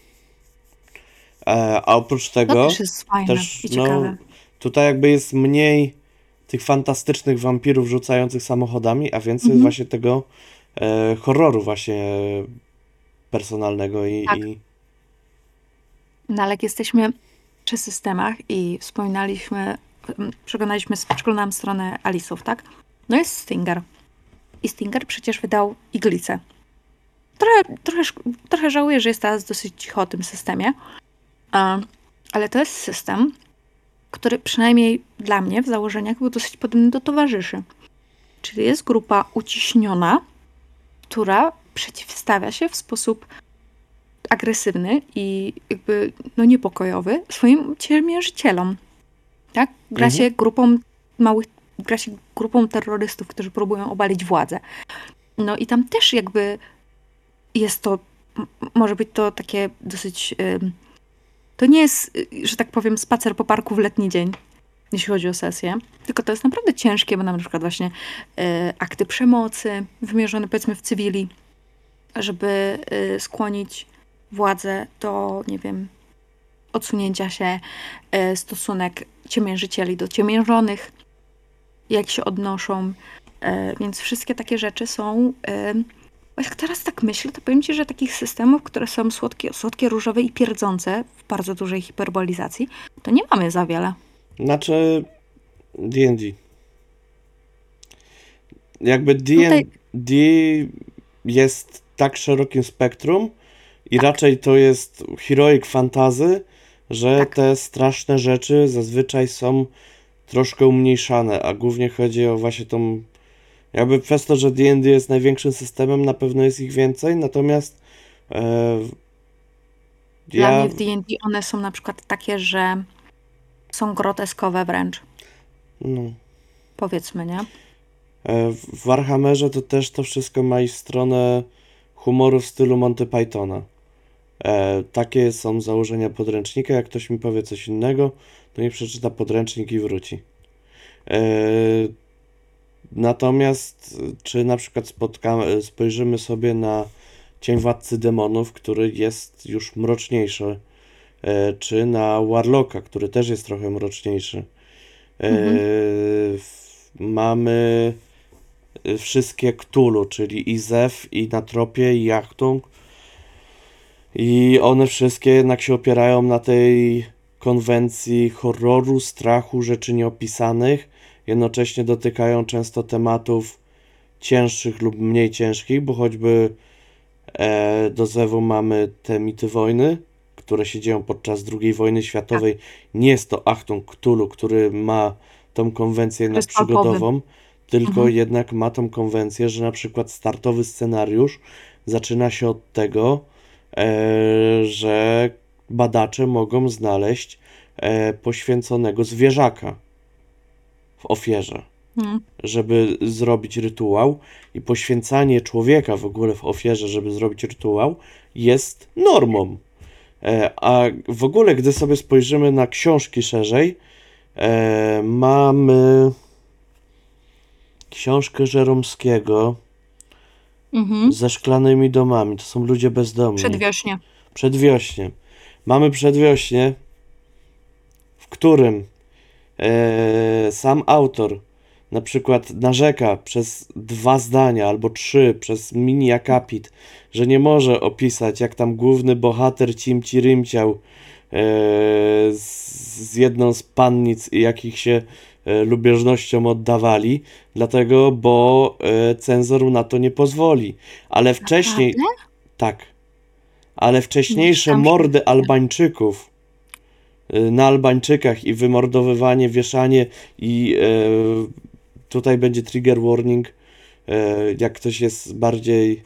A oprócz To tego też jest fajne też, i ciekawe. tutaj jakby jest mniej tych fantastycznych wampirów rzucających samochodami, a więcej jest właśnie tego horroru właśnie personalnego Tak. i No ale jak jesteśmy przy systemach i przeglądałam stronę Alisów, tak? No jest Stinger. I Stinger przecież wydał Iglicę. Trochę żałuję, że jest teraz dosyć cicho o tym systemie, ale to jest system, który przynajmniej dla mnie w założeniach był dosyć podobny do towarzyszy. Czyli jest grupa uciśniona, która przeciwstawia się w sposób agresywny i jakby niepokojowy swoim ciemiężycielom. Tak? Gra się grupą terrorystów, którzy próbują obalić władzę. No i tam też jakby jest to, może być to takie dosyć, to nie jest, że tak powiem, spacer po parku w letni dzień, jeśli chodzi o sesję, tylko to jest naprawdę ciężkie, bo na przykład właśnie akty przemocy wymierzone powiedzmy w cywili, żeby skłonić władzę do, nie wiem, odsunięcia się, stosunek ciemiężycieli do ciemiężonych, jak się odnoszą. Więc wszystkie takie rzeczy są... Jak teraz tak myślę, to powiem ci, że takich systemów, które są słodkie, różowe i pierdzące w bardzo dużej hiperbolizacji, to nie mamy za wiele. znaczy D&D. Jakby Tutaj D&D jest tak szerokim spektrum i raczej to jest heroic fantasy, że Tak. te straszne rzeczy zazwyczaj są troszkę umniejszane, a głównie chodzi o właśnie tą jakby przez to, że D&D jest największym systemem, na pewno jest ich więcej, natomiast dla ja mnie w D&D one są na przykład takie, że są groteskowe wręcz, no, powiedzmy, nie? w Warhammerze to też to wszystko ma iść w stronę humoru w stylu Monty Pythona. Takie są założenia podręcznika. Jak ktoś mi powie coś innego, to niech przeczyta podręcznik i wróci. Natomiast czy na przykład spojrzymy sobie na Cień Władcy Demonów, który jest już mroczniejszy, czy na Warlocka, który też jest trochę mroczniejszy. Mamy wszystkie Cthulhu, czyli i Zew, i Natropię, i Achtung. I one wszystkie jednak się opierają na tej konwencji horroru, strachu, rzeczy nieopisanych. Jednocześnie dotykają często tematów cięższych lub mniej ciężkich, bo choćby do Zewu mamy te mity wojny, które się dzieją podczas II wojny światowej. Nie jest to Achtung Cthulhu, który ma tą konwencję jednak przygodową, tylko Mhm. jednak ma tą konwencję, że na przykład startowy scenariusz zaczyna się od tego, że badacze mogą znaleźć poświęconego zwierzaka w ofierze, Mm. żeby zrobić rytuał, i poświęcanie człowieka w ogóle w ofierze, żeby zrobić rytuał, jest normą. A w ogóle, gdy sobie spojrzymy na książki szerzej, mamy książkę Żeromskiego Mhm. ze szklanymi domami. To są ludzie bezdomni. Przedwiośnie. Przedwiośnie. Mamy przedwiośnie, w którym sam autor na przykład narzeka przez 2 zdania albo 3, przez mini akapit, że nie może opisać, jak tam główny bohater Cimci rymciał z jedną z pannic i jakich się lubieżnością oddawali, dlatego, bo cenzor na to nie pozwoli. Ale wcześniej, Naprawdę? tak, ale Nie wcześniejsze czytałam mordy książki. Albańczyków na Albańczykach i wymordowywanie, wieszanie i tutaj będzie trigger warning, jak ktoś jest bardziej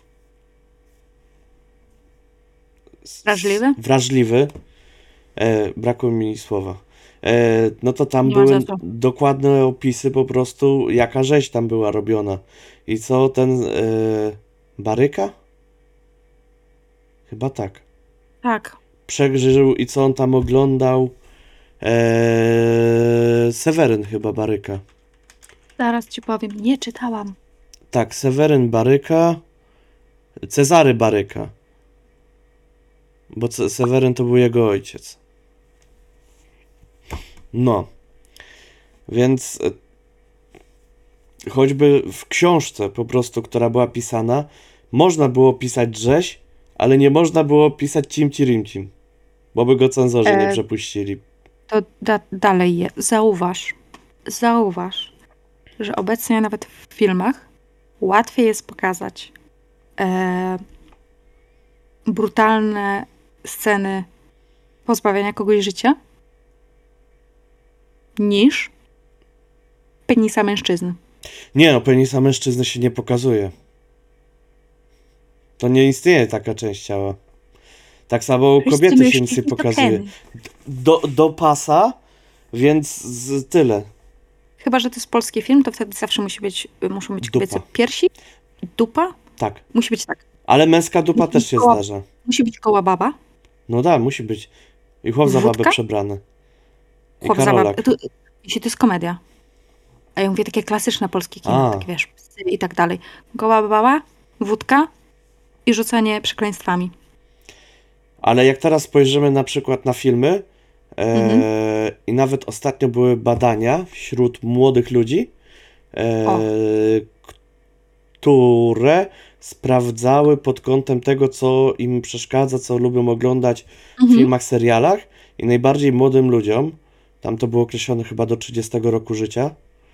Wrażliwy? wrażliwy, brakło mi słowa, no to tam Nie ma za były co. dokładne opisy po prostu, jaka rzeź tam była robiona i co ten Baryka? Chyba tak. Tak. Przeżył i co on tam oglądał. Seweryn chyba Baryka. Zaraz ci powiem. Nie czytałam. Tak, Seweryn Baryka. Cezary Baryka. Bo Seweryn to był jego ojciec. No. Więc choćby w książce po prostu, która była pisana, można było pisać rzeź, ale nie można było pisać cimci rimcim, bo by go cenzorzy nie E, przepuścili. to dalej je. Zauważ, że obecnie nawet w filmach łatwiej jest pokazać brutalne sceny pozbawiania kogoś życia niż penisa mężczyzny. Nie no, penisa mężczyzny się nie pokazuje. To nie istnieje taka część ciała. Tak samo u Wszyscy kobiety się nic nie mężczyźni to pokazuje. Kenny. Do pasa, więc tyle. Chyba że to jest polski film, to wtedy zawsze muszą być kobiece Dupa. piersi, dupa. Tak. Musi być tak. Ale męska dupa Musi też być się goła- zdarza. Musi być goła baba. No da, musi być. I chłop za babę Wódka? przebrany. I Chłop za babę. Karolak. Jeśli to jest komedia. A ja mówię takie klasyczne polskie kino, A. takie wiesz, psy i tak dalej. Goła baba, wódka i rzucanie przekleństwami. Ale jak teraz spojrzymy na przykład na filmy, Mhm. i nawet ostatnio były badania wśród młodych ludzi, O. które sprawdzały pod kątem tego, co im przeszkadza, co lubią oglądać w Mhm. filmach, serialach, i najbardziej młodym ludziom, tam to było określone chyba do 30 roku życia,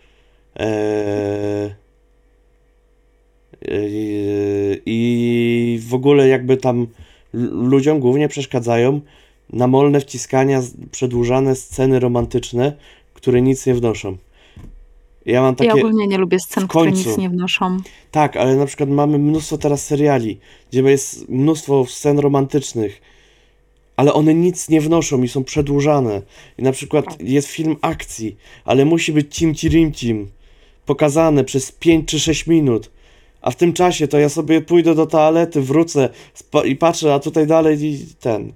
i w ogóle jakby tam ludziom głównie przeszkadzają namolne wciskania, przedłużane sceny romantyczne, które nic nie wnoszą. Ja mam Ja takie... ogólnie nie lubię scen, w które końcu. nic nie wnoszą. Tak, ale na przykład mamy mnóstwo teraz seriali, gdzie jest mnóstwo scen romantycznych, ale one nic nie wnoszą i są przedłużane. I na przykład Tak. jest film akcji, ale musi być cimci rimcim, pokazane przez 5 czy 6 minut. A w tym czasie to ja sobie pójdę do toalety, wrócę i patrzę, a tutaj dalej i ten.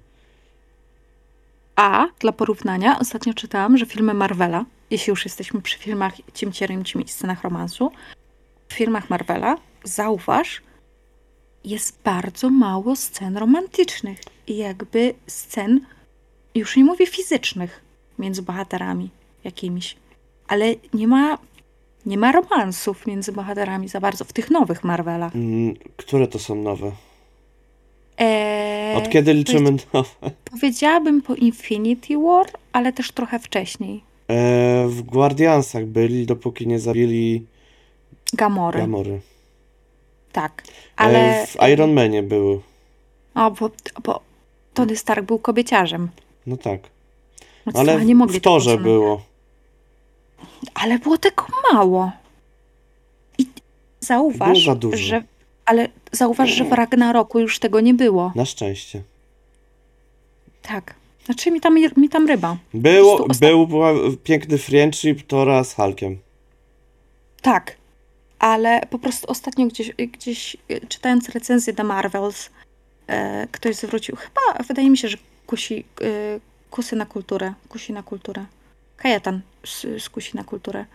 A dla porównania, ostatnio czytałam, że filmy Marvela, jeśli już jesteśmy przy filmach cimcierym i scenach romansu, w filmach Marvela, zauważ, jest bardzo mało scen romantycznych i jakby scen, już nie mówię fizycznych, między bohaterami jakimiś, ale nie ma romansów między bohaterami za bardzo w tych nowych Marvelach. Które to są nowe? Od kiedy to liczymy jest, nowe? powiedziałabym po Infinity War, ale też trochę wcześniej. W Guardiansach byli, dopóki nie zabili Gamory. Gamory. Tak, ale W Iron Manie były. bo Tony Stark był kobieciarzem. No tak. No to Ale trochę nie mogli w tego Torze usunąć. było. Ale było tego mało. zauważ, za dużo. zauważ, że w Ragnaroku już tego nie było. Na szczęście. Tak. Znaczy mi tam ryba. Była piękny friendship Thora z Hulkiem. Tak, ale po prostu ostatnio gdzieś czytając recenzję The Marvels, ktoś zwrócił, chyba wydaje mi się, że kusi na kulturę. Kajetan kusi na kulturę.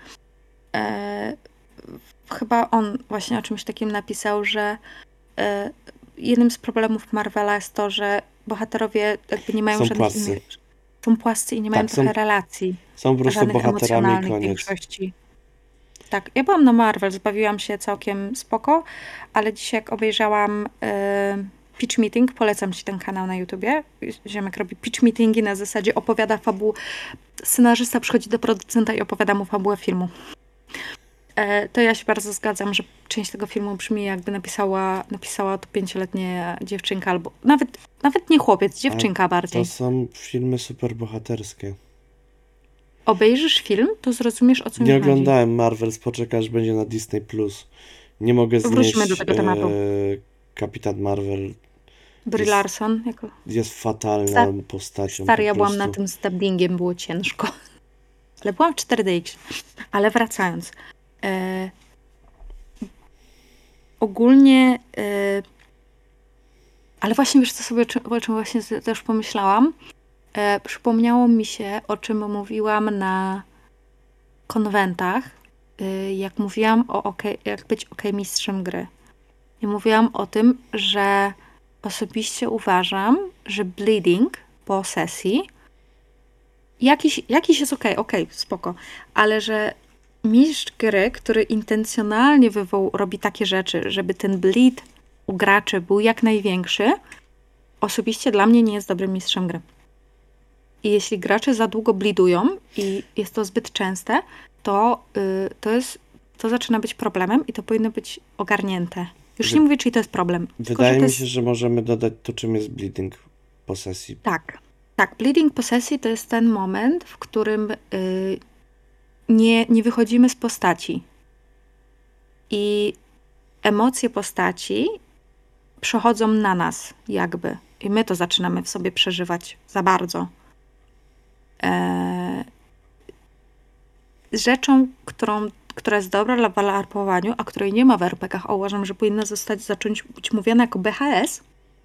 Chyba on właśnie o czymś takim napisał, że jednym z problemów Marvela jest to, że bohaterowie jakby nie mają Są żadnych płascy. innych... Są płascy i nie mają trochę relacji. Są po prostu Żadnych bohaterami i emocjonalnych w koniec. większości. Tak, ja byłam na Marvel, zbawiłam się całkiem spoko, ale dzisiaj jak obejrzałam Pitch Meeting, polecam ci ten kanał na YouTubie. Ziomek robi pitch meetingi na zasadzie opowiada fabułę. Scenarzysta przychodzi do producenta i opowiada mu fabułę filmu. To ja się bardzo zgadzam, że część tego filmu brzmi jakby napisała to 5-letnia dziewczynka, albo nawet nie chłopiec, dziewczynka bardziej. To są filmy superbohaterskie. Obejrzysz film, to zrozumiesz, o co mi Nie chodzi. oglądałem Marvels, poczekaj, aż będzie na Disney+. Nie mogę Wróćmy znieść do tego tematu. Kapitan Marvel. Brie Larson jako... Jest fatalną postacią. Stary, po ja byłam prostu. na tym z dubbingiem, było ciężko. Ale byłam w 4DX. Ale wracając. Ogólnie... ale właśnie wiesz co sobie, o czym właśnie też pomyślałam? Przypomniało mi się, o czym mówiłam na konwentach, jak mówiłam jak być mistrzem gry. I mówiłam o tym, że osobiście uważam, że bleeding po sesji jakiś jest okej, spoko, ale że mistrz gry, który intencjonalnie robi takie rzeczy, żeby ten bleed u graczy był jak największy, osobiście dla mnie nie jest dobrym mistrzem gry. I jeśli gracze za długo bleedują i jest to zbyt częste, to zaczyna być problemem i to powinno być ogarnięte. Już nie mówię, czy to jest problem. Wydaje mi się, że możemy dodać to, czym jest bleeding po sesji. Tak, bleeding po sesji to jest ten moment, w którym nie wychodzimy z postaci. I emocje postaci przechodzą na nas jakby. I my to zaczynamy w sobie przeżywać za bardzo. Rzeczą, która jest dobra w LARPowaniu, a której nie ma w RPG-ach, a uważam, że powinna zacząć być mówiona jako BHS,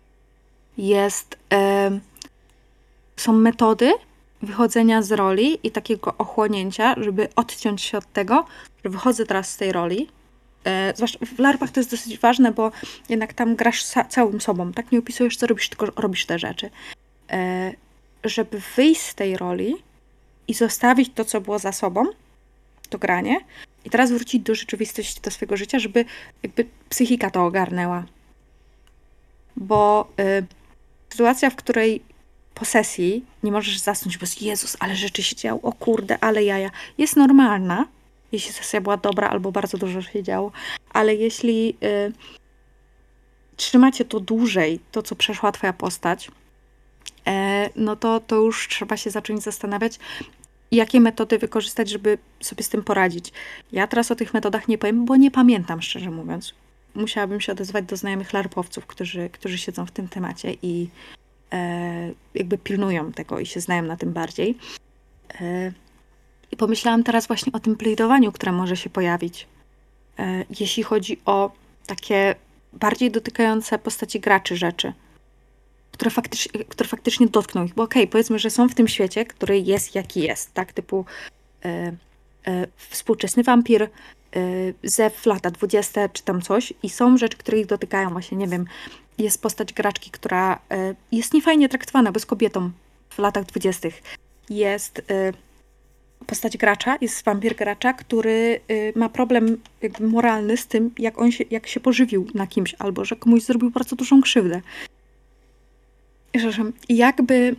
są metody wychodzenia z roli i takiego ochłonięcia, żeby odciąć się od tego, że wychodzę teraz z tej roli. Zwłaszcza w LARPach to jest dosyć ważne, bo jednak tam grasz całym sobą, tak? Nie opisujesz, co robisz, tylko robisz te rzeczy. Żeby wyjść z tej roli i zostawić to, co było za sobą, to granie, i teraz wrócić do rzeczywistości, do swojego życia, żeby jakby psychika to ogarnęła. Bo sytuacja, w której po sesji nie możesz zasnąć, bo Jezus, ale rzeczy się działo, o kurde, ale jaja, jest normalna, jeśli sesja była dobra albo bardzo dużo się działo, ale jeśli trzymacie to dłużej, to co przeszła twoja postać, no to już trzeba się zacząć zastanawiać, jakie metody wykorzystać, żeby sobie z tym poradzić. Ja teraz o tych metodach nie powiem, bo nie pamiętam, szczerze mówiąc. Musiałabym się odezwać do znajomych larpowców, którzy siedzą w tym temacie i jakby pilnują tego i się znają na tym bardziej. I pomyślałam teraz właśnie o tym bleedowaniu, które może się pojawić. Jeśli chodzi o takie bardziej dotykające postaci graczy rzeczy, które faktycznie dotkną ich. Bo powiedzmy, że są w tym świecie, który jest jaki jest, tak? Typu współczesny wampir, Zew lata 20 czy tam coś i są rzeczy, które ich dotykają. Właśnie, nie wiem, jest postać graczki, która jest niefajnie traktowana, bo jest kobietą w latach 20. Jest postać gracza, jest wampir gracza, który ma problem jakby moralny z tym, jak się pożywił na kimś, albo że komuś zrobił bardzo dużą krzywdę. Jakby,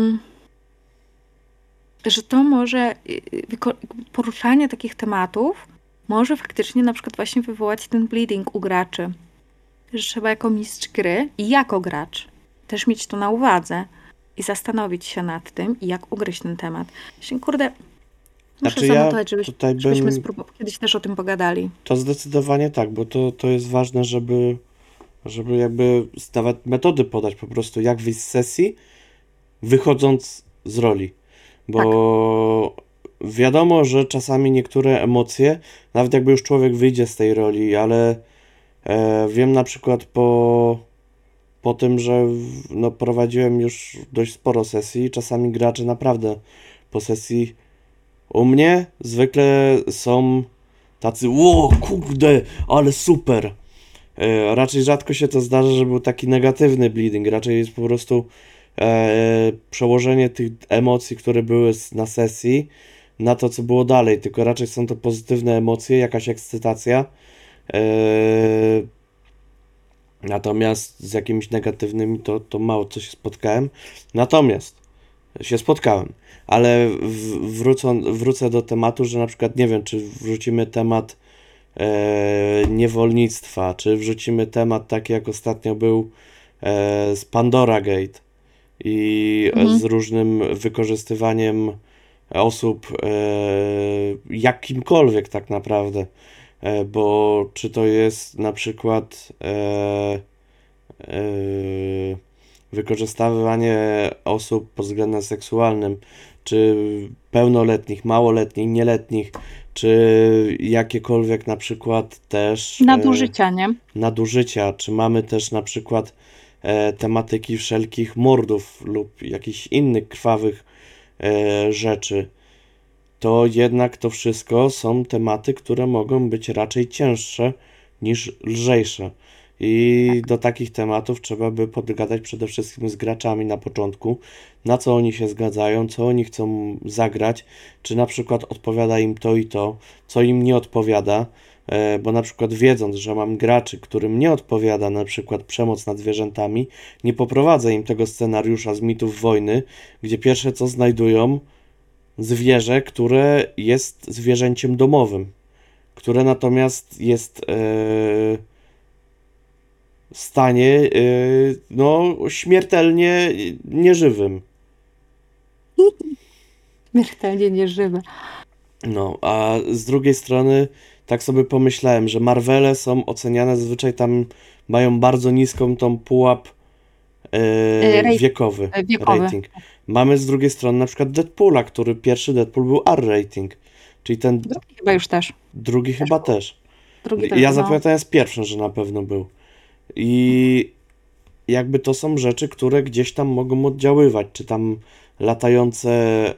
że to może, poruszanie takich tematów może faktycznie na przykład właśnie wywołać ten bleeding u graczy. Że trzeba jako mistrz gry i jako gracz też mieć to na uwadze i zastanowić się nad tym, jak ugryźć ten temat. Kurde, Muszę Znaczy ja zanotować, tutaj żebyśmy bym, kiedyś też o tym pogadali. to zdecydowanie tak, bo to jest ważne, żeby jakby nawet metody podać po prostu, jak wyjść z sesji, wychodząc z roli. Tak. Bo wiadomo, że czasami niektóre emocje, nawet jakby już człowiek wyjdzie z tej roli, ale wiem na przykład po tym, że no, prowadziłem już dość sporo sesji i czasami gracze naprawdę po sesji u mnie zwykle są tacy, ło, kurde, ale super. Raczej rzadko się to zdarza, że był taki negatywny bleeding, raczej jest po prostu przełożenie tych emocji, które były na sesji, na to, co było dalej, tylko raczej są to pozytywne emocje, jakaś ekscytacja. E, Natomiast z jakimiś negatywnymi to mało co się spotkałem. Natomiast się spotkałem, ale wrócę do tematu, że na przykład nie wiem, czy wrzucimy temat niewolnictwa, czy wrzucimy temat taki jak ostatnio był z Pandora Gate i z Mhm. różnym wykorzystywaniem osób jakimkolwiek tak naprawdę, bo czy to jest na przykład e, wykorzystywanie osób pod względem seksualnym, czy pełnoletnich, małoletnich, nieletnich, czy jakiekolwiek na przykład też Nadużycia, nie? nadużycia, czy mamy też na przykład tematyki wszelkich mordów lub jakichś innych krwawych rzeczy, to jednak to wszystko są tematy, które mogą być raczej cięższe niż lżejsze. I do takich tematów trzeba by podgadać przede wszystkim z graczami na początku, na co oni się zgadzają, co oni chcą zagrać, czy na przykład odpowiada im to i to, co im nie odpowiada, bo na przykład wiedząc, że mam graczy, którym nie odpowiada na przykład przemoc nad zwierzętami, nie poprowadzę im tego scenariusza z mitów wojny, gdzie pierwsze co znajdują zwierzę, które jest zwierzęciem domowym, które natomiast jest w stanie no, śmiertelnie nieżywym. Śmiertelnie nieżywe. No, a z drugiej strony tak sobie pomyślałem, że Marvele są oceniane zazwyczaj tam mają bardzo niską tą pułap wiekowy Wiekowy. rating. Mamy z drugiej strony na przykład Deadpoola, który pierwszy Deadpool był R rating, czyli ten Drugi chyba już też. drugi Też chyba był. też. Drugi też Ja był, no. zapamiętałem z pierwszym, że na pewno był. I jakby to są rzeczy, które gdzieś tam mogą oddziaływać, czy tam latające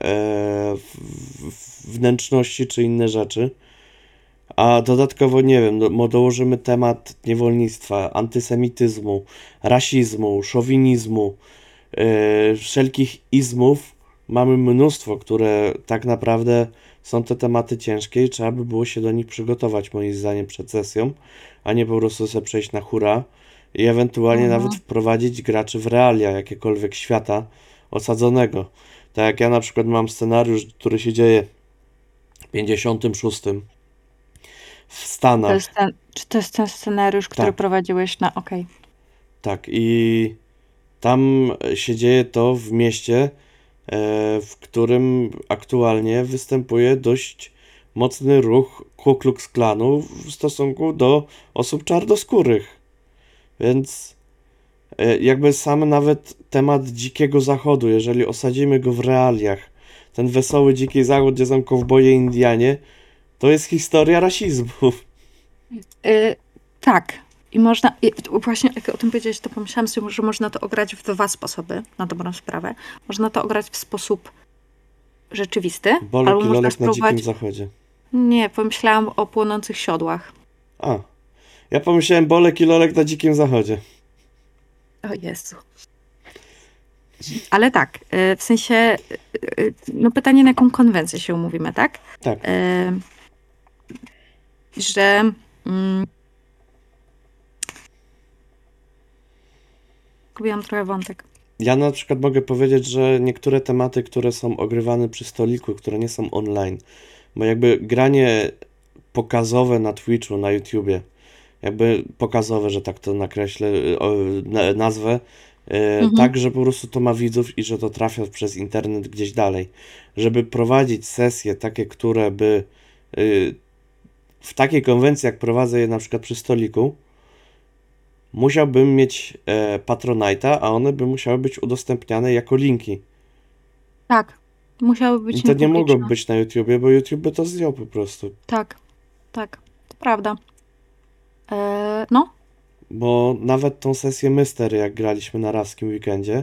wnętrzności, czy inne rzeczy. A dodatkowo, nie wiem, dołożymy temat niewolnictwa, antysemityzmu, rasizmu, szowinizmu, wszelkich izmów. Mamy mnóstwo, które tak naprawdę są te tematy ciężkie i trzeba by było się do nich przygotować, moim zdaniem, przed sesją, a nie po prostu sobie przejść na hura i ewentualnie nawet Mhm. wprowadzić graczy w realia jakiekolwiek świata osadzonego. Tak jak ja na przykład mam scenariusz, który się dzieje w 56 w Stanach. Czy to jest ten scenariusz, który Tak, prowadziłeś na... Okej. tak. I tam się dzieje to w mieście, w którym aktualnie występuje dość mocny ruch Ku Klux Klanu w stosunku do osób czarnoskórych. Więc jakby sam nawet temat Dzikiego Zachodu, jeżeli osadzimy go w realiach, ten wesoły Dziki Zachód, gdzie są kowboje i Indianie, to jest historia rasizmu. Tak. I można, właśnie jak o tym powiedziałeś, to pomyślałam sobie, że można to ograć w dwa sposoby, na dobrą sprawę. Można to ograć w sposób rzeczywisty, Bolek albo i można Lolek na Dzikim spróbować... Zachodzie. Nie, pomyślałam o płonących siodłach. A, ja pomyślałem Bolek i Lolek na Dzikim Zachodzie. O Jezu. Ale tak, w sensie, no pytanie, na jaką konwencję się umówimy, tak? Tak. Że... Gubiłam trochę wątek. Ja na przykład mogę powiedzieć, że niektóre tematy, które są ogrywane przy stoliku, które nie są online, bo jakby granie pokazowe na Twitchu, na YouTubie, jakby pokazowe, że tak to nakreślę, nazwę, Mhm. Tak, że po prostu to ma widzów i że to trafia przez internet gdzieś dalej. Żeby prowadzić sesje takie, które by w takiej konwencji, jak prowadzę je na przykład przy stoliku, musiałbym mieć Patronite'a, a one by musiały być udostępniane jako linki. Tak. Musiały I być to nie mogłoby niepubliczne. być na YouTubie, bo YouTube by to zdjął po prostu. Tak. Tak. To prawda. No. Bo nawet tą sesję Mystery, jak graliśmy na Rawskim Weekendzie,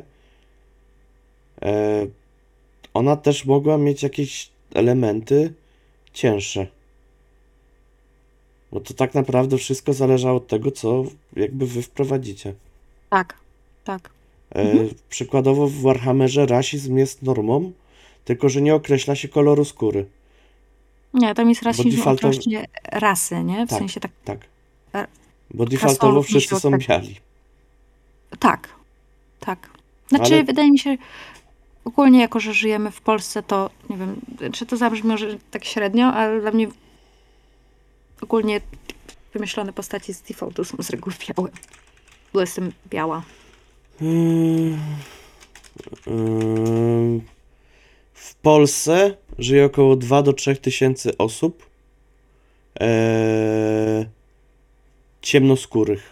e, ona też mogła mieć jakieś elementy cięższe. Bo to tak naprawdę wszystko zależało od tego, co jakby wy wprowadzicie. Tak. Tak. Mhm. Przykładowo w Warhammerze rasizm jest normą, tylko że nie określa się koloru skóry. Nie, tam jest Bo rasizm defaultowo... odnośnie rasy, nie? W Tak, sensie tak tak. e, Bo defaultowo krasolów nie się wszyscy są określa. biali. Tak. Tak. Znaczy, Ale wydaje mi się, ogólnie jako, że żyjemy w Polsce, to nie wiem, czy to zabrzmi może tak średnio, ale dla mnie ogólnie wymyślone postaci z defaultu są z reguły białe. Bo jestem biała. Yy, w Polsce żyje około 2 do 3 tysięcy osób ciemnoskórych.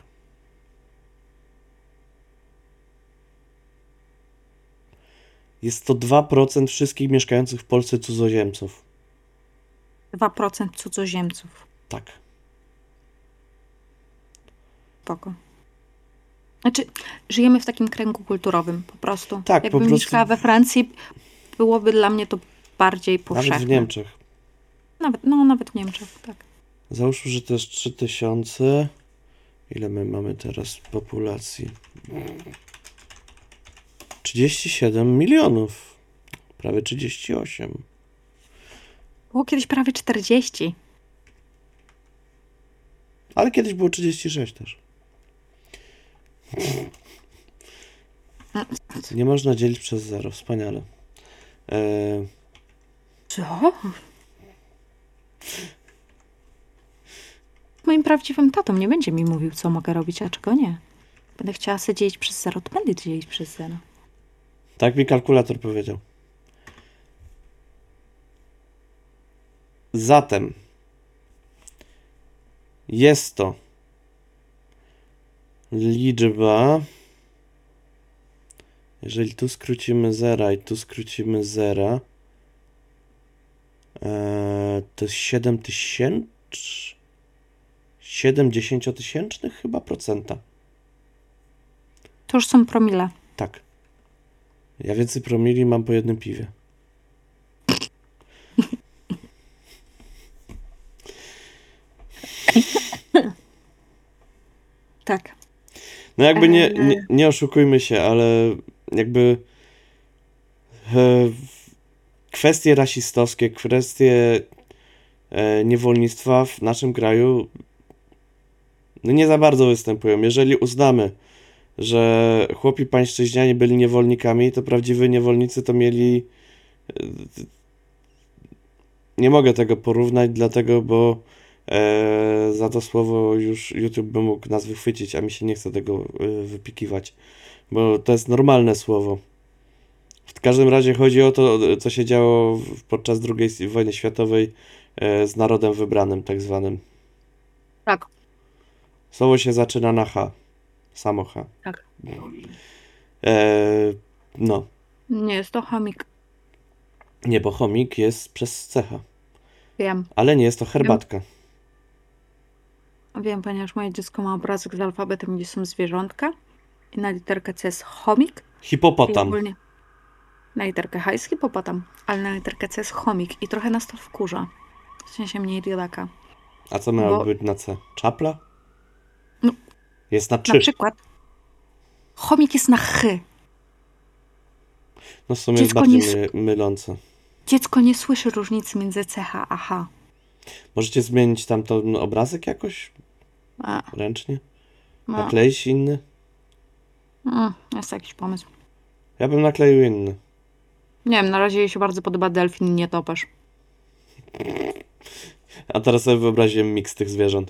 Jest to 2% wszystkich mieszkających w Polsce cudzoziemców. 2% cudzoziemców. Tak. Spoko. Znaczy, żyjemy w takim kręgu kulturowym po prostu. Tak, po Jakbym prostu mieszkała we Francji, byłoby dla mnie to bardziej nawet w powszechne. Niemczech. Nawet w Niemczech, tak. Załóżmy, że to jest 3000. Ile my mamy teraz populacji? 37 milionów. Prawie 38. Było kiedyś prawie 40. Ale kiedyś było 36 też. Nie można dzielić przez 0. Wspaniale. Co? Moim prawdziwym tatą nie będzie mi mówił, co mogę robić, a czego nie. Będę chciała sobie dzielić przez 0, to będę dzielić przez 0. Tak mi kalkulator powiedział. Zatem jest to liczba, jeżeli tu skrócimy 0 i tu skrócimy 0, to jest 7000, 70-tysięcznych chyba procenta. To już są promile. Tak. Ja więcej promili mam po jednym piwie. Tak. No jakby nie oszukujmy się, ale jakby kwestie rasistowskie, kwestie niewolnictwa w naszym kraju no nie za bardzo występują. Jeżeli uznamy, że chłopi pańszczyźnianie byli niewolnikami, to prawdziwi niewolnicy to mieli... Nie mogę tego porównać, dlatego, bo za to słowo już YouTube by mógł nas wychwycić, a mi się nie chce tego wypikiwać, bo to jest normalne słowo. W każdym razie chodzi o to, co się działo podczas II wojny światowej z narodem wybranym, tak zwanym. Tak. Słowo się zaczyna na H. Samo H. Tak. No. Nie, jest to chomik. Nie, bo chomik jest przez cecha. Wiem. Ale nie jest to herbatka. Wiem, ponieważ moje dziecko ma obrazek z alfabetem, gdzie są zwierzątka. I na literkę C jest chomik. I Hipopotam. ogólnie na literkę H jest hipopotam, ale na literkę C jest chomik. I trochę nas to wkurza. W sensie mnie idiotaka. A co miało Bo być na C? Czapla? No, Jest na na 3. przykład chomik jest na ch. No w sumie jest Dziecko bardziej nie, mylące. dziecko nie słyszy różnicy między CH a H. Możecie zmienić tam ten obrazek jakoś? A, Ręcznie? no, Nakleić inny? jest jakiś pomysł. Ja bym nakleił inny. Nie wiem, na razie jej się bardzo podoba delfin i nietoperz. A teraz sobie wyobraziłem miks tych zwierząt.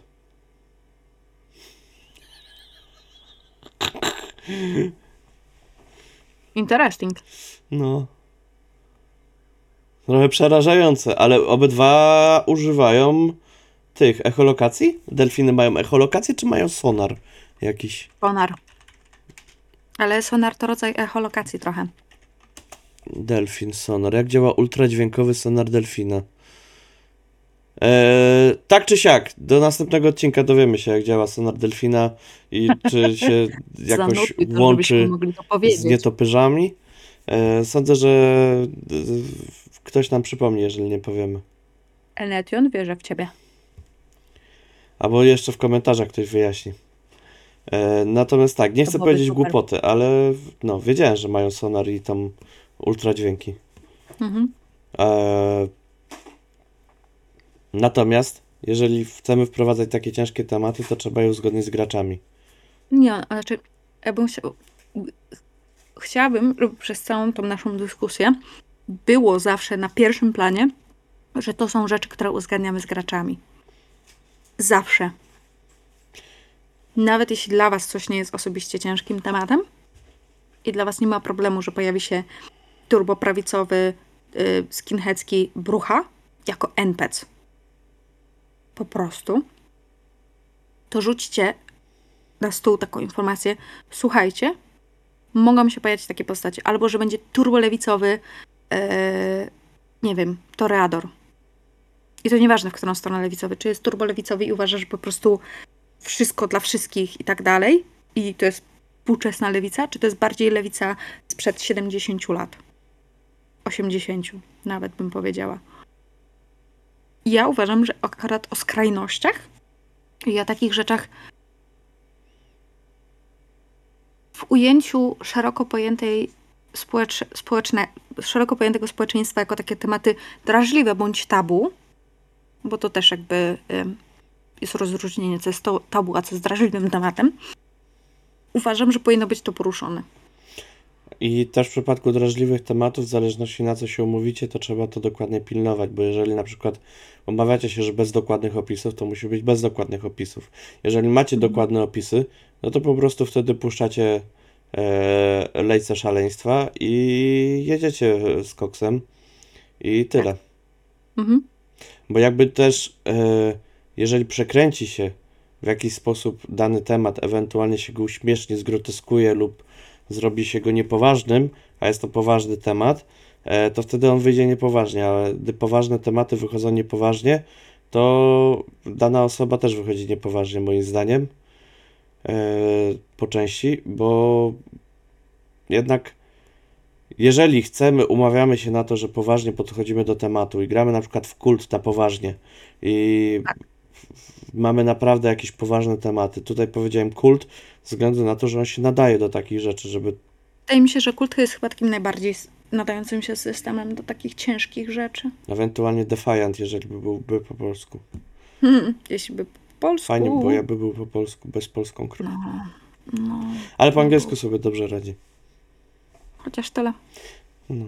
Interesting. No. Trochę przerażające, ale obydwa używają tych echolokacji? Delfiny mają echolokację, czy mają sonar jakiś? Sonar. Ale sonar to rodzaj echolokacji trochę. Delfin sonar. Jak działa ultradźwiękowy sonar delfina? Tak czy siak, do następnego odcinka dowiemy się, jak działa sonar delfina i czy się jakoś Zanutuj to, żebyśmy łączy mogli to z powiedzieć. nietoperzami. Sądzę, że ktoś nam przypomni, jeżeli nie powiemy. Enetion, wierzę w ciebie. Albo jeszcze w komentarzach ktoś wyjaśni. Natomiast tak, nie To chcę byłoby powiedzieć super. głupoty, ale no, wiedziałem, że mają sonar i tam ultradźwięki. Mhm. Natomiast, jeżeli chcemy wprowadzać takie ciężkie tematy, to trzeba je uzgodnić z graczami. Nie, znaczy, ja bym chciałabym, żeby przez całą tą naszą dyskusję było zawsze na pierwszym planie, że to są rzeczy, które uzgadniamy z graczami. Zawsze. Nawet jeśli dla was coś nie jest osobiście ciężkim tematem i dla was nie ma problemu, że pojawi się turboprawicowy, skinheadzki brucha jako NPC. Po prostu. To rzućcie na stół taką informację. Słuchajcie, mogą się pojawić takie postacie. Albo, że będzie turbolewicowy, nie wiem, toreador. I to nieważne, w którą stronę lewicowy. Czy jest turbolewicowy i uważa, że po prostu wszystko dla wszystkich i tak dalej. I to jest współczesna lewica, czy to jest bardziej lewica sprzed 70 lat. 80 nawet bym powiedziała. Ja uważam, że akurat o skrajnościach i o takich rzeczach w ujęciu szeroko pojętej szeroko pojętego społeczeństwa jako takie tematy drażliwe bądź tabu, bo to też jakby jest rozróżnienie, co jest to tabu, a co jest drażliwym tematem. Uważam, że powinno być to poruszone. I też w przypadku drażliwych tematów, w zależności na co się umówicie, to trzeba to dokładnie pilnować, bo jeżeli na przykład umawiacie się, że bez dokładnych opisów, to musi być bez dokładnych opisów. Jeżeli macie dokładne opisy, no to po prostu wtedy puszczacie lejce szaleństwa i jedziecie z koksem i tyle. Mhm. Bo jakby też, jeżeli przekręci się w jakiś sposób dany temat, ewentualnie się go uśmiesznie zgroteskuje lub zrobi się go niepoważnym, a jest to poważny temat, to wtedy on wyjdzie niepoważnie, ale gdy poważne tematy wychodzą niepoważnie, to dana osoba też wychodzi niepoważnie, moim zdaniem, po części, bo jednak jeżeli umawiamy się na to, że poważnie podchodzimy do tematu i gramy na przykład w kult na poważnie i mamy naprawdę jakieś poważne tematy. Tutaj powiedziałem kult ze względu na to, że on się nadaje do takich rzeczy, żeby Wydaje mi się, że kult jest chyba takim najbardziej nadającym się systemem do takich ciężkich rzeczy. ewentualnie Defiant, jeżeli byłby po polsku. Jeśli by po polsku. Fajnie, bo ja by był po polsku, bez polską krok. No, Ale po angielsku sobie dobrze radzi. chociaż tyle. No.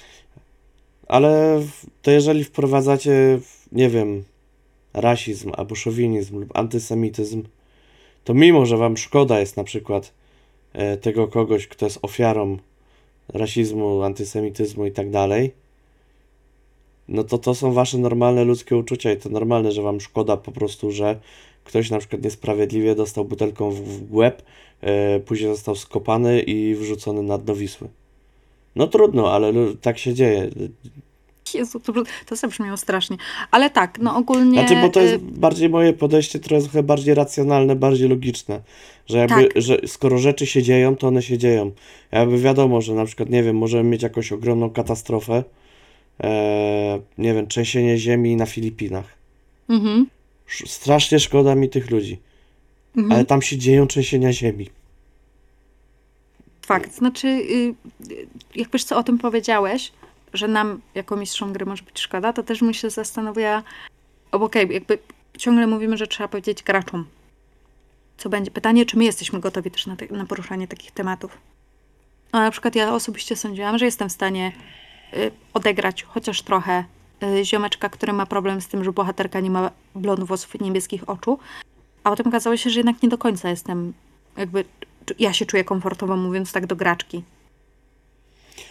Ale to jeżeli wprowadzacie, nie wiem, rasizm albo szowinizm lub antysemityzm, to mimo, że wam szkoda jest na przykład tego kogoś, kto jest ofiarą rasizmu, antysemityzmu i tak dalej, no to są wasze normalne ludzkie uczucia i to normalne, że wam szkoda po prostu, że ktoś na przykład niesprawiedliwie dostał butelką w łeb, później został skopany i wrzucony na dno Wisły. No trudno, ale tak się dzieje. Jezu, to zabrzmiało strasznie. Ale tak, no ogólnie... Znaczy, bo to jest bardziej moje podejście, trochę bardziej racjonalne, bardziej logiczne. Że jakby, Tak. że skoro rzeczy się dzieją, to one się dzieją. Jakby wiadomo, że na przykład, nie wiem, możemy mieć jakąś ogromną katastrofę, nie wiem, trzęsienie ziemi na Filipinach. Mhm. Strasznie szkoda mi tych ludzi. Ale tam się dzieją trzęsienia ziemi. Fakt. Znaczy, jak wiesz co o tym powiedziałeś, że nam jako mistrzom gry może być szkoda, to też bym się zastanowiła, okej, jakby ciągle mówimy, że trzeba powiedzieć graczom, co będzie. Pytanie, czy my jesteśmy gotowi też na poruszanie takich tematów. No, na przykład ja osobiście sądziłam, że jestem w stanie odegrać chociaż trochę ziomeczka, który ma problem z tym, że bohaterka nie ma blond włosów i niebieskich oczu, a potem okazało się, że jednak nie do końca jestem, jakby ja się czuję komfortowo mówiąc tak do graczki.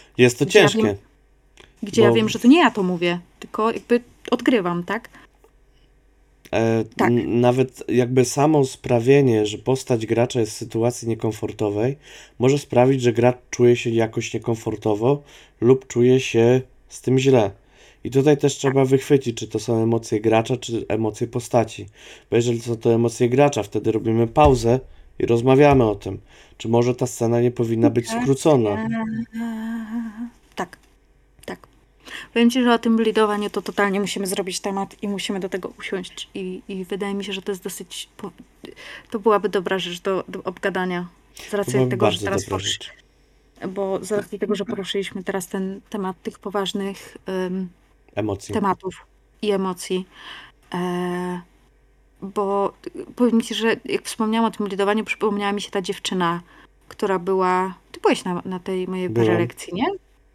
Jest to Gdzie ja ciężkie, wiem, gdzie ja bo wiem, że to nie ja to mówię, tylko jakby odgrywam, tak? Tak, nawet jakby samo sprawienie, że postać gracza jest w sytuacji niekomfortowej, może sprawić, że gracz czuje się jakoś niekomfortowo lub czuje się z tym źle. I tutaj też trzeba wychwycić, czy to są emocje gracza, czy emocje postaci. Bo jeżeli są to emocje gracza, wtedy robimy pauzę i rozmawiamy o tym, czy może ta scena nie powinna być skrócona. racja. Tak, tak. Powiem ci, że o tym blidowaniu to totalnie musimy zrobić temat i musimy do tego usiąść. I wydaje mi się, że to jest dosyć. To byłaby dobra rzecz do obgadania. Z To racji była tego, że bardzo teraz dobra rzecz. bo z racji tego, że poruszyliśmy teraz ten temat tych poważnych Emocji. tematów i emocji. E, bo powiem ci, że jak wspomniałam o tym blidowaniu, przypomniała mi się ta dziewczyna, która była. Ty byłeś na tej mojej Byłam. prelekcji, nie?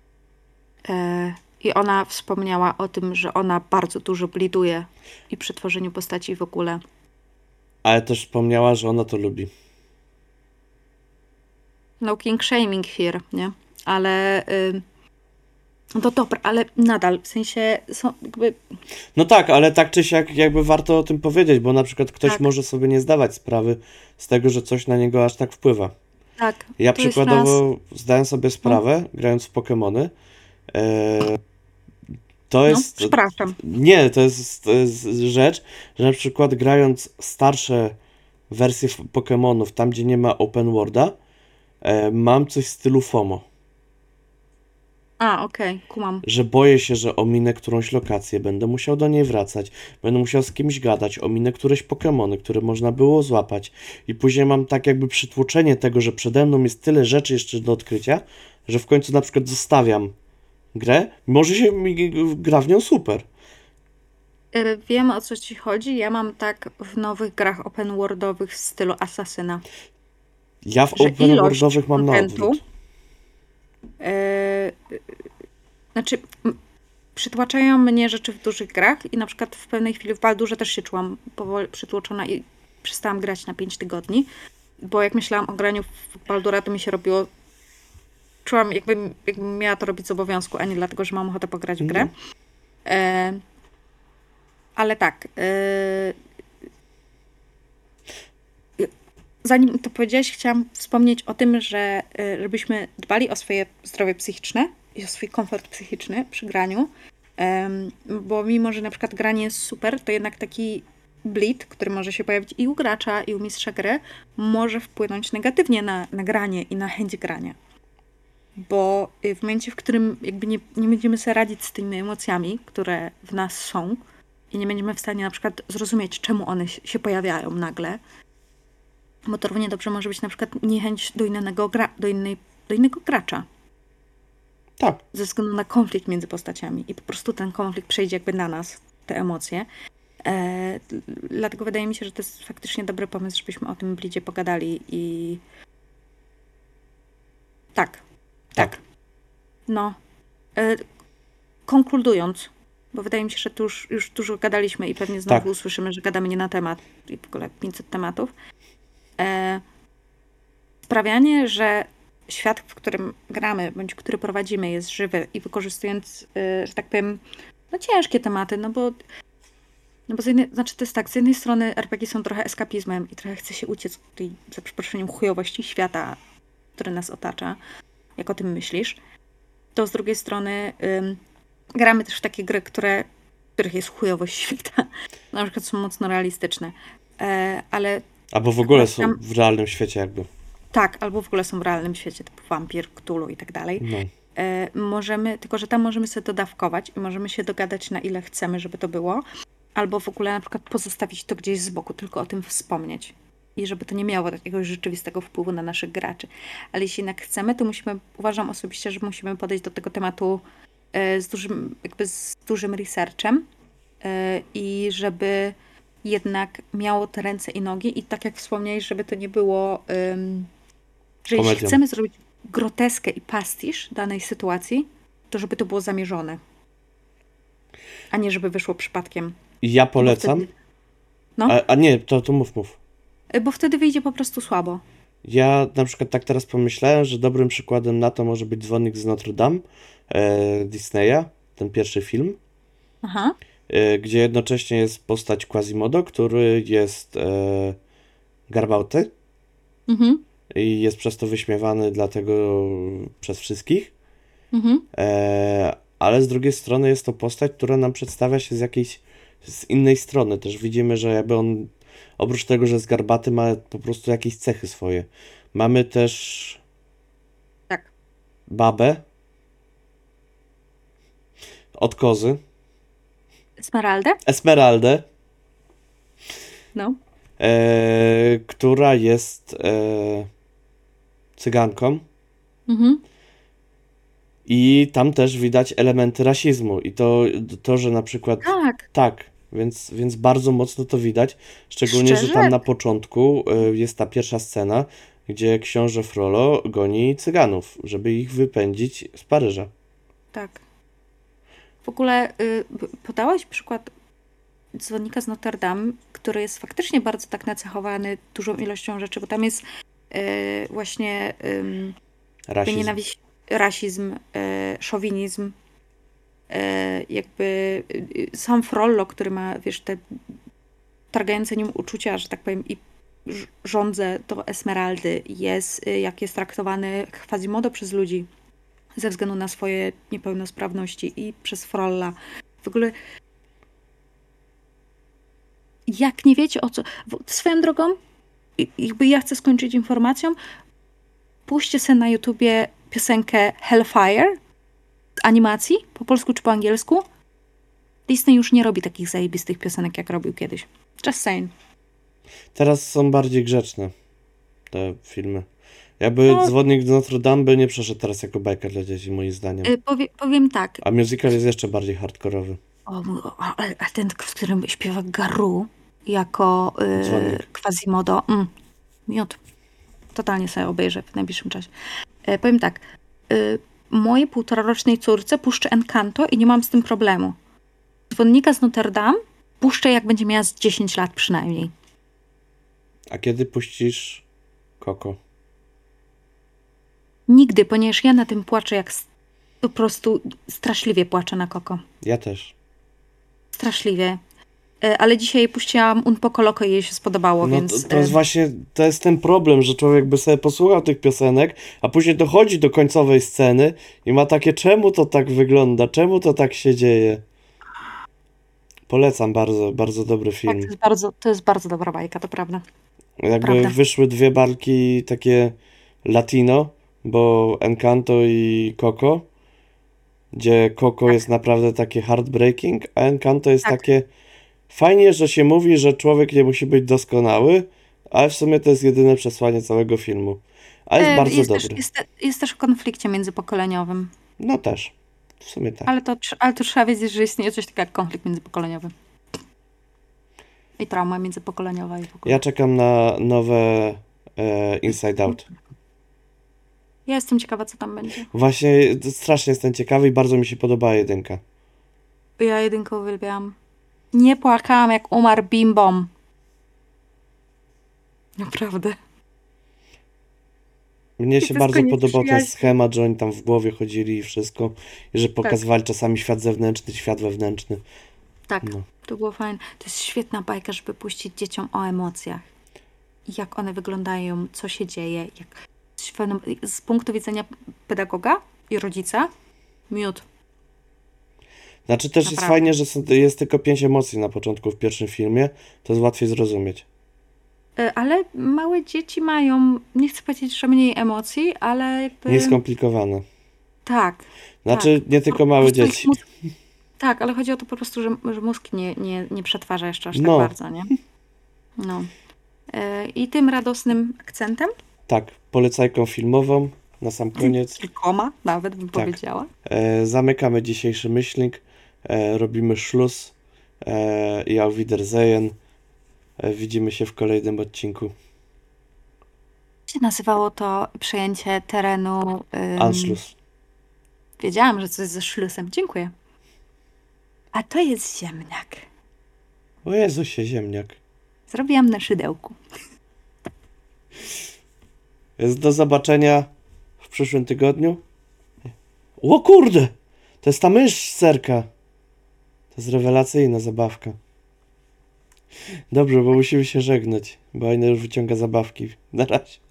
I ona wspomniała o tym, że ona bardzo dużo bliduje i przy tworzeniu postaci w ogóle. Ale też wspomniała, że ona to lubi. No king shaming here, nie? Ale to dobra, ale nadal, w sensie są jakby No tak, ale tak czy siak jakby warto o tym powiedzieć, bo na przykład ktoś tak, może sobie nie zdawać sprawy z tego, że coś na niego aż tak wpływa. tak, Ja to jest raz, przykładowo zdałem sobie sprawę, grając w Pokemony, e, to no, jest, przepraszam. nie, to jest rzecz, że na przykład grając starsze wersje Pokemonów, tam gdzie nie ma open worlda, mam coś w stylu FOMO. A, okej, kumam. Że boję się, że ominę którąś lokację, będę musiał do niej wracać, będę musiał z kimś gadać, ominę któreś Pokemony, które można było złapać i później mam tak jakby przytłoczenie tego, że przede mną jest tyle rzeczy jeszcze do odkrycia, że w końcu na przykład zostawiam grę, może się mi gra w nią super. Wiem, o co ci chodzi. Ja mam tak w nowych grach open worldowych w stylu Asasyna, Ja w że open ilość worldowych mam na kontentu, odwrót. e, znaczy przytłaczają mnie rzeczy w dużych grach i na przykład w pewnej chwili w Baldurze też się czułam powoli przytłoczona i przestałam grać na 5 tygodni, bo jak myślałam o graniu w Baldura, to mi się robiło, czułam jakbym miała to robić z obowiązku, a nie dlatego, że mam ochotę pograć w grę. No, E, ale tak, zanim to powiedziałeś, chciałam wspomnieć o tym, że żebyśmy dbali o swoje zdrowie psychiczne i o swój komfort psychiczny przy graniu, bo mimo, że na przykład granie jest super, to jednak taki bleed, który może się pojawić i u gracza, i u mistrza gry, może wpłynąć negatywnie na granie i na chęć grania. Bo w momencie, w którym jakby nie będziemy sobie radzić z tymi emocjami, które w nas są i nie będziemy w stanie na przykład zrozumieć, czemu one się pojawiają nagle, bo to równie dobrze może być na przykład niechęć do innego gracza tak, ze względu na konflikt między postaciami i po prostu ten konflikt przejdzie jakby na nas, te emocje. Dlatego wydaje mi się, że to jest faktycznie dobry pomysł, żebyśmy o tym bliżej pogadali i tak, tak. no. Konkludując, bo wydaje mi się, że tu już dużo gadaliśmy i pewnie znowu Tak. usłyszymy, że gadamy nie na temat i w ogóle 500 tematów. Sprawianie, że świat, w którym gramy, bądź który prowadzimy, jest żywy i wykorzystując, że tak powiem, no ciężkie tematy, no bo znaczy to jest tak, z jednej strony RPG są trochę eskapizmem i trochę chce się uciec od tej, za przeproszeniem, chujowości świata, który nas otacza, jak o tym myślisz, to z drugiej strony gramy też w takie gry, których jest chujowość świata, na przykład są mocno realistyczne, ale Albo w ogóle akurat są w realnym świecie jakby. tak, albo w ogóle są w realnym świecie, typu wampir, Cthulhu i tak dalej. No. Tylko że tam możemy sobie dodawkować i możemy się dogadać, na ile chcemy, żeby to było, albo w ogóle na przykład pozostawić to gdzieś z boku, tylko o tym wspomnieć. I żeby to nie miało jakiegoś rzeczywistego wpływu na naszych graczy. Ale jeśli jednak chcemy, to uważam osobiście, że musimy podejść do tego tematu z dużym researchem i żeby jednak miało te ręce i nogi i tak jak wspomniałeś, żeby to nie było, że jeśli Komedią. chcemy zrobić groteskę i pastisz danej sytuacji, to żeby to było zamierzone, a nie żeby wyszło przypadkiem. I ja Bo polecam. wtedy, no, A nie, to mów. bo wtedy wyjdzie po prostu słabo. Ja na przykład tak teraz pomyślałem, że dobrym przykładem na to może być Dzwonnik z Notre Dame Disneya, ten pierwszy film, Aha. gdzie jednocześnie jest postać Quasimodo, który jest garbałty Mhm. i jest przez to wyśmiewany dlatego przez wszystkich, Mhm. ale z drugiej strony jest to postać, która nam przedstawia się z innej strony. Też widzimy, że jakby on oprócz tego, że jest garbaty, ma po prostu jakieś cechy swoje. Mamy też Tak. babę od kozy, Esmeraldę? Esmeraldę, No. która jest cyganką Mhm. i tam też widać elementy rasizmu i to że na przykład Tak. tak, więc bardzo mocno to widać, szczególnie, że tam Szczerze? na początku jest ta pierwsza scena, gdzie książę Frollo goni cyganów, żeby ich wypędzić z Paryża. Tak. W ogóle podałeś przykład Dzwonnika z Notre Dame, który jest faktycznie bardzo tak nacechowany dużą ilością rzeczy, bo tam jest właśnie Rasizm. nienawiść, rasizm, szowinizm, jakby sam Frollo, który ma, wiesz, te targające nim uczucia, że tak powiem, i żądze do Esmeraldy, jest, jak jest traktowany Quasimodo przez ludzi ze względu na swoje niepełnosprawności i przez Frolla. W ogóle jak nie wiecie o co... Swoją drogą, jakby ja chcę skończyć informacją, puśćcie sobie na YouTubie piosenkę Hellfire z animacji, po polsku czy po angielsku. Disney już nie robi takich zajebistych piosenek, jak robił kiedyś. Just saying. Teraz są bardziej grzeczne te filmy. Jakby No, Dzwonnik z Notre Dame by nie przeszedł teraz jako bajka dla dzieci, moim zdaniem. powiem tak. A musical jest jeszcze bardziej hardkorowy. A ten, w którym śpiewa Garu jako Dzwonnik. Quasimodo. Miód. Totalnie sobie obejrzę w najbliższym czasie. Powiem tak. Mojej półtorarocznej córce puszczę Encanto i nie mam z tym problemu. Dzwonnika z Notre Dame puszczę, jak będzie miała z 10 lat przynajmniej. A kiedy puścisz Coco? Nigdy, ponieważ ja na tym płaczę po prostu straszliwie płaczę na Coco. Ja też. Straszliwie. Ale dzisiaj puściłam Un poco loco i jej się spodobało, No więc... to jest właśnie, to jest ten problem, że człowiek by sobie posłuchał tych piosenek, a później dochodzi do końcowej sceny i ma takie, czemu to tak wygląda, czemu to tak się dzieje. Polecam bardzo, bardzo dobry Tak, film. to jest bardzo dobra bajka, to prawda. Jakby Prawda. wyszły dwie bajki takie latino, bo Encanto i Coco, gdzie Coco jest naprawdę takie heartbreaking, a Encanto jest Tak. takie fajnie, że się mówi, że człowiek nie musi być doskonały, ale w sumie to jest jedyne przesłanie całego filmu. A jest bardzo Jest dobry. też, jest też o konflikcie międzypokoleniowym. No też. W sumie tak. Ale to trzeba wiedzieć, że istnieje coś takiego jak konflikt międzypokoleniowy. I trauma międzypokoleniowa i w ogóle. Ja czekam na nowe Inside Out. Ja jestem ciekawa, co tam będzie. Właśnie strasznie jestem ciekawy i bardzo mi się podoba jedynka. Ja jedynkę uwielbiałam. Nie płakałam, jak umarł Bim Bom. Naprawdę. Mnie I się to jest bardzo koniec podobał ten przyjaźni. schemat, że oni tam w głowie chodzili i wszystko. I że pokazywali czasami świat zewnętrzny, świat wewnętrzny. Tak, No. to było fajne. To jest świetna bajka, żeby puścić dzieciom o emocjach. I jak one wyglądają, co się dzieje. Z punktu widzenia pedagoga i rodzica, miód. Znaczy też jest Naprawdę. fajnie, że jest tylko 5 emocji na początku w pierwszym filmie. To jest łatwiej zrozumieć. Ale małe dzieci mają, nie chcę powiedzieć, że mniej emocji, ale jakby... Nieskomplikowane. Tak. Znaczy nie tylko Po małe prostu ich dzieci. tak, ale chodzi o to po prostu, że mózg nie przetwarza jeszcze aż tak No. bardzo, nie? No. I tym radosnym akcentem, Tak, polecajką filmową na sam koniec. kilkoma nawet bym Tak. powiedziała. Zamykamy dzisiejszy myślnik. Robimy szluz. I auf Wiedersehen. Widzimy się w kolejnym odcinku. Jak się nazywało to przejęcie terenu? Anschluss. Wiedziałam, że coś ze szlusem. Dziękuję. A to jest ziemniak. O Jezusie, ziemniak. Zrobiłam na szydełku. Więc do zobaczenia w przyszłym tygodniu. O kurde! To jest ta mysz serka. To jest rewelacyjna zabawka. Dobrze, bo musimy się żegnać, bo Aina już wyciąga zabawki. Na razie.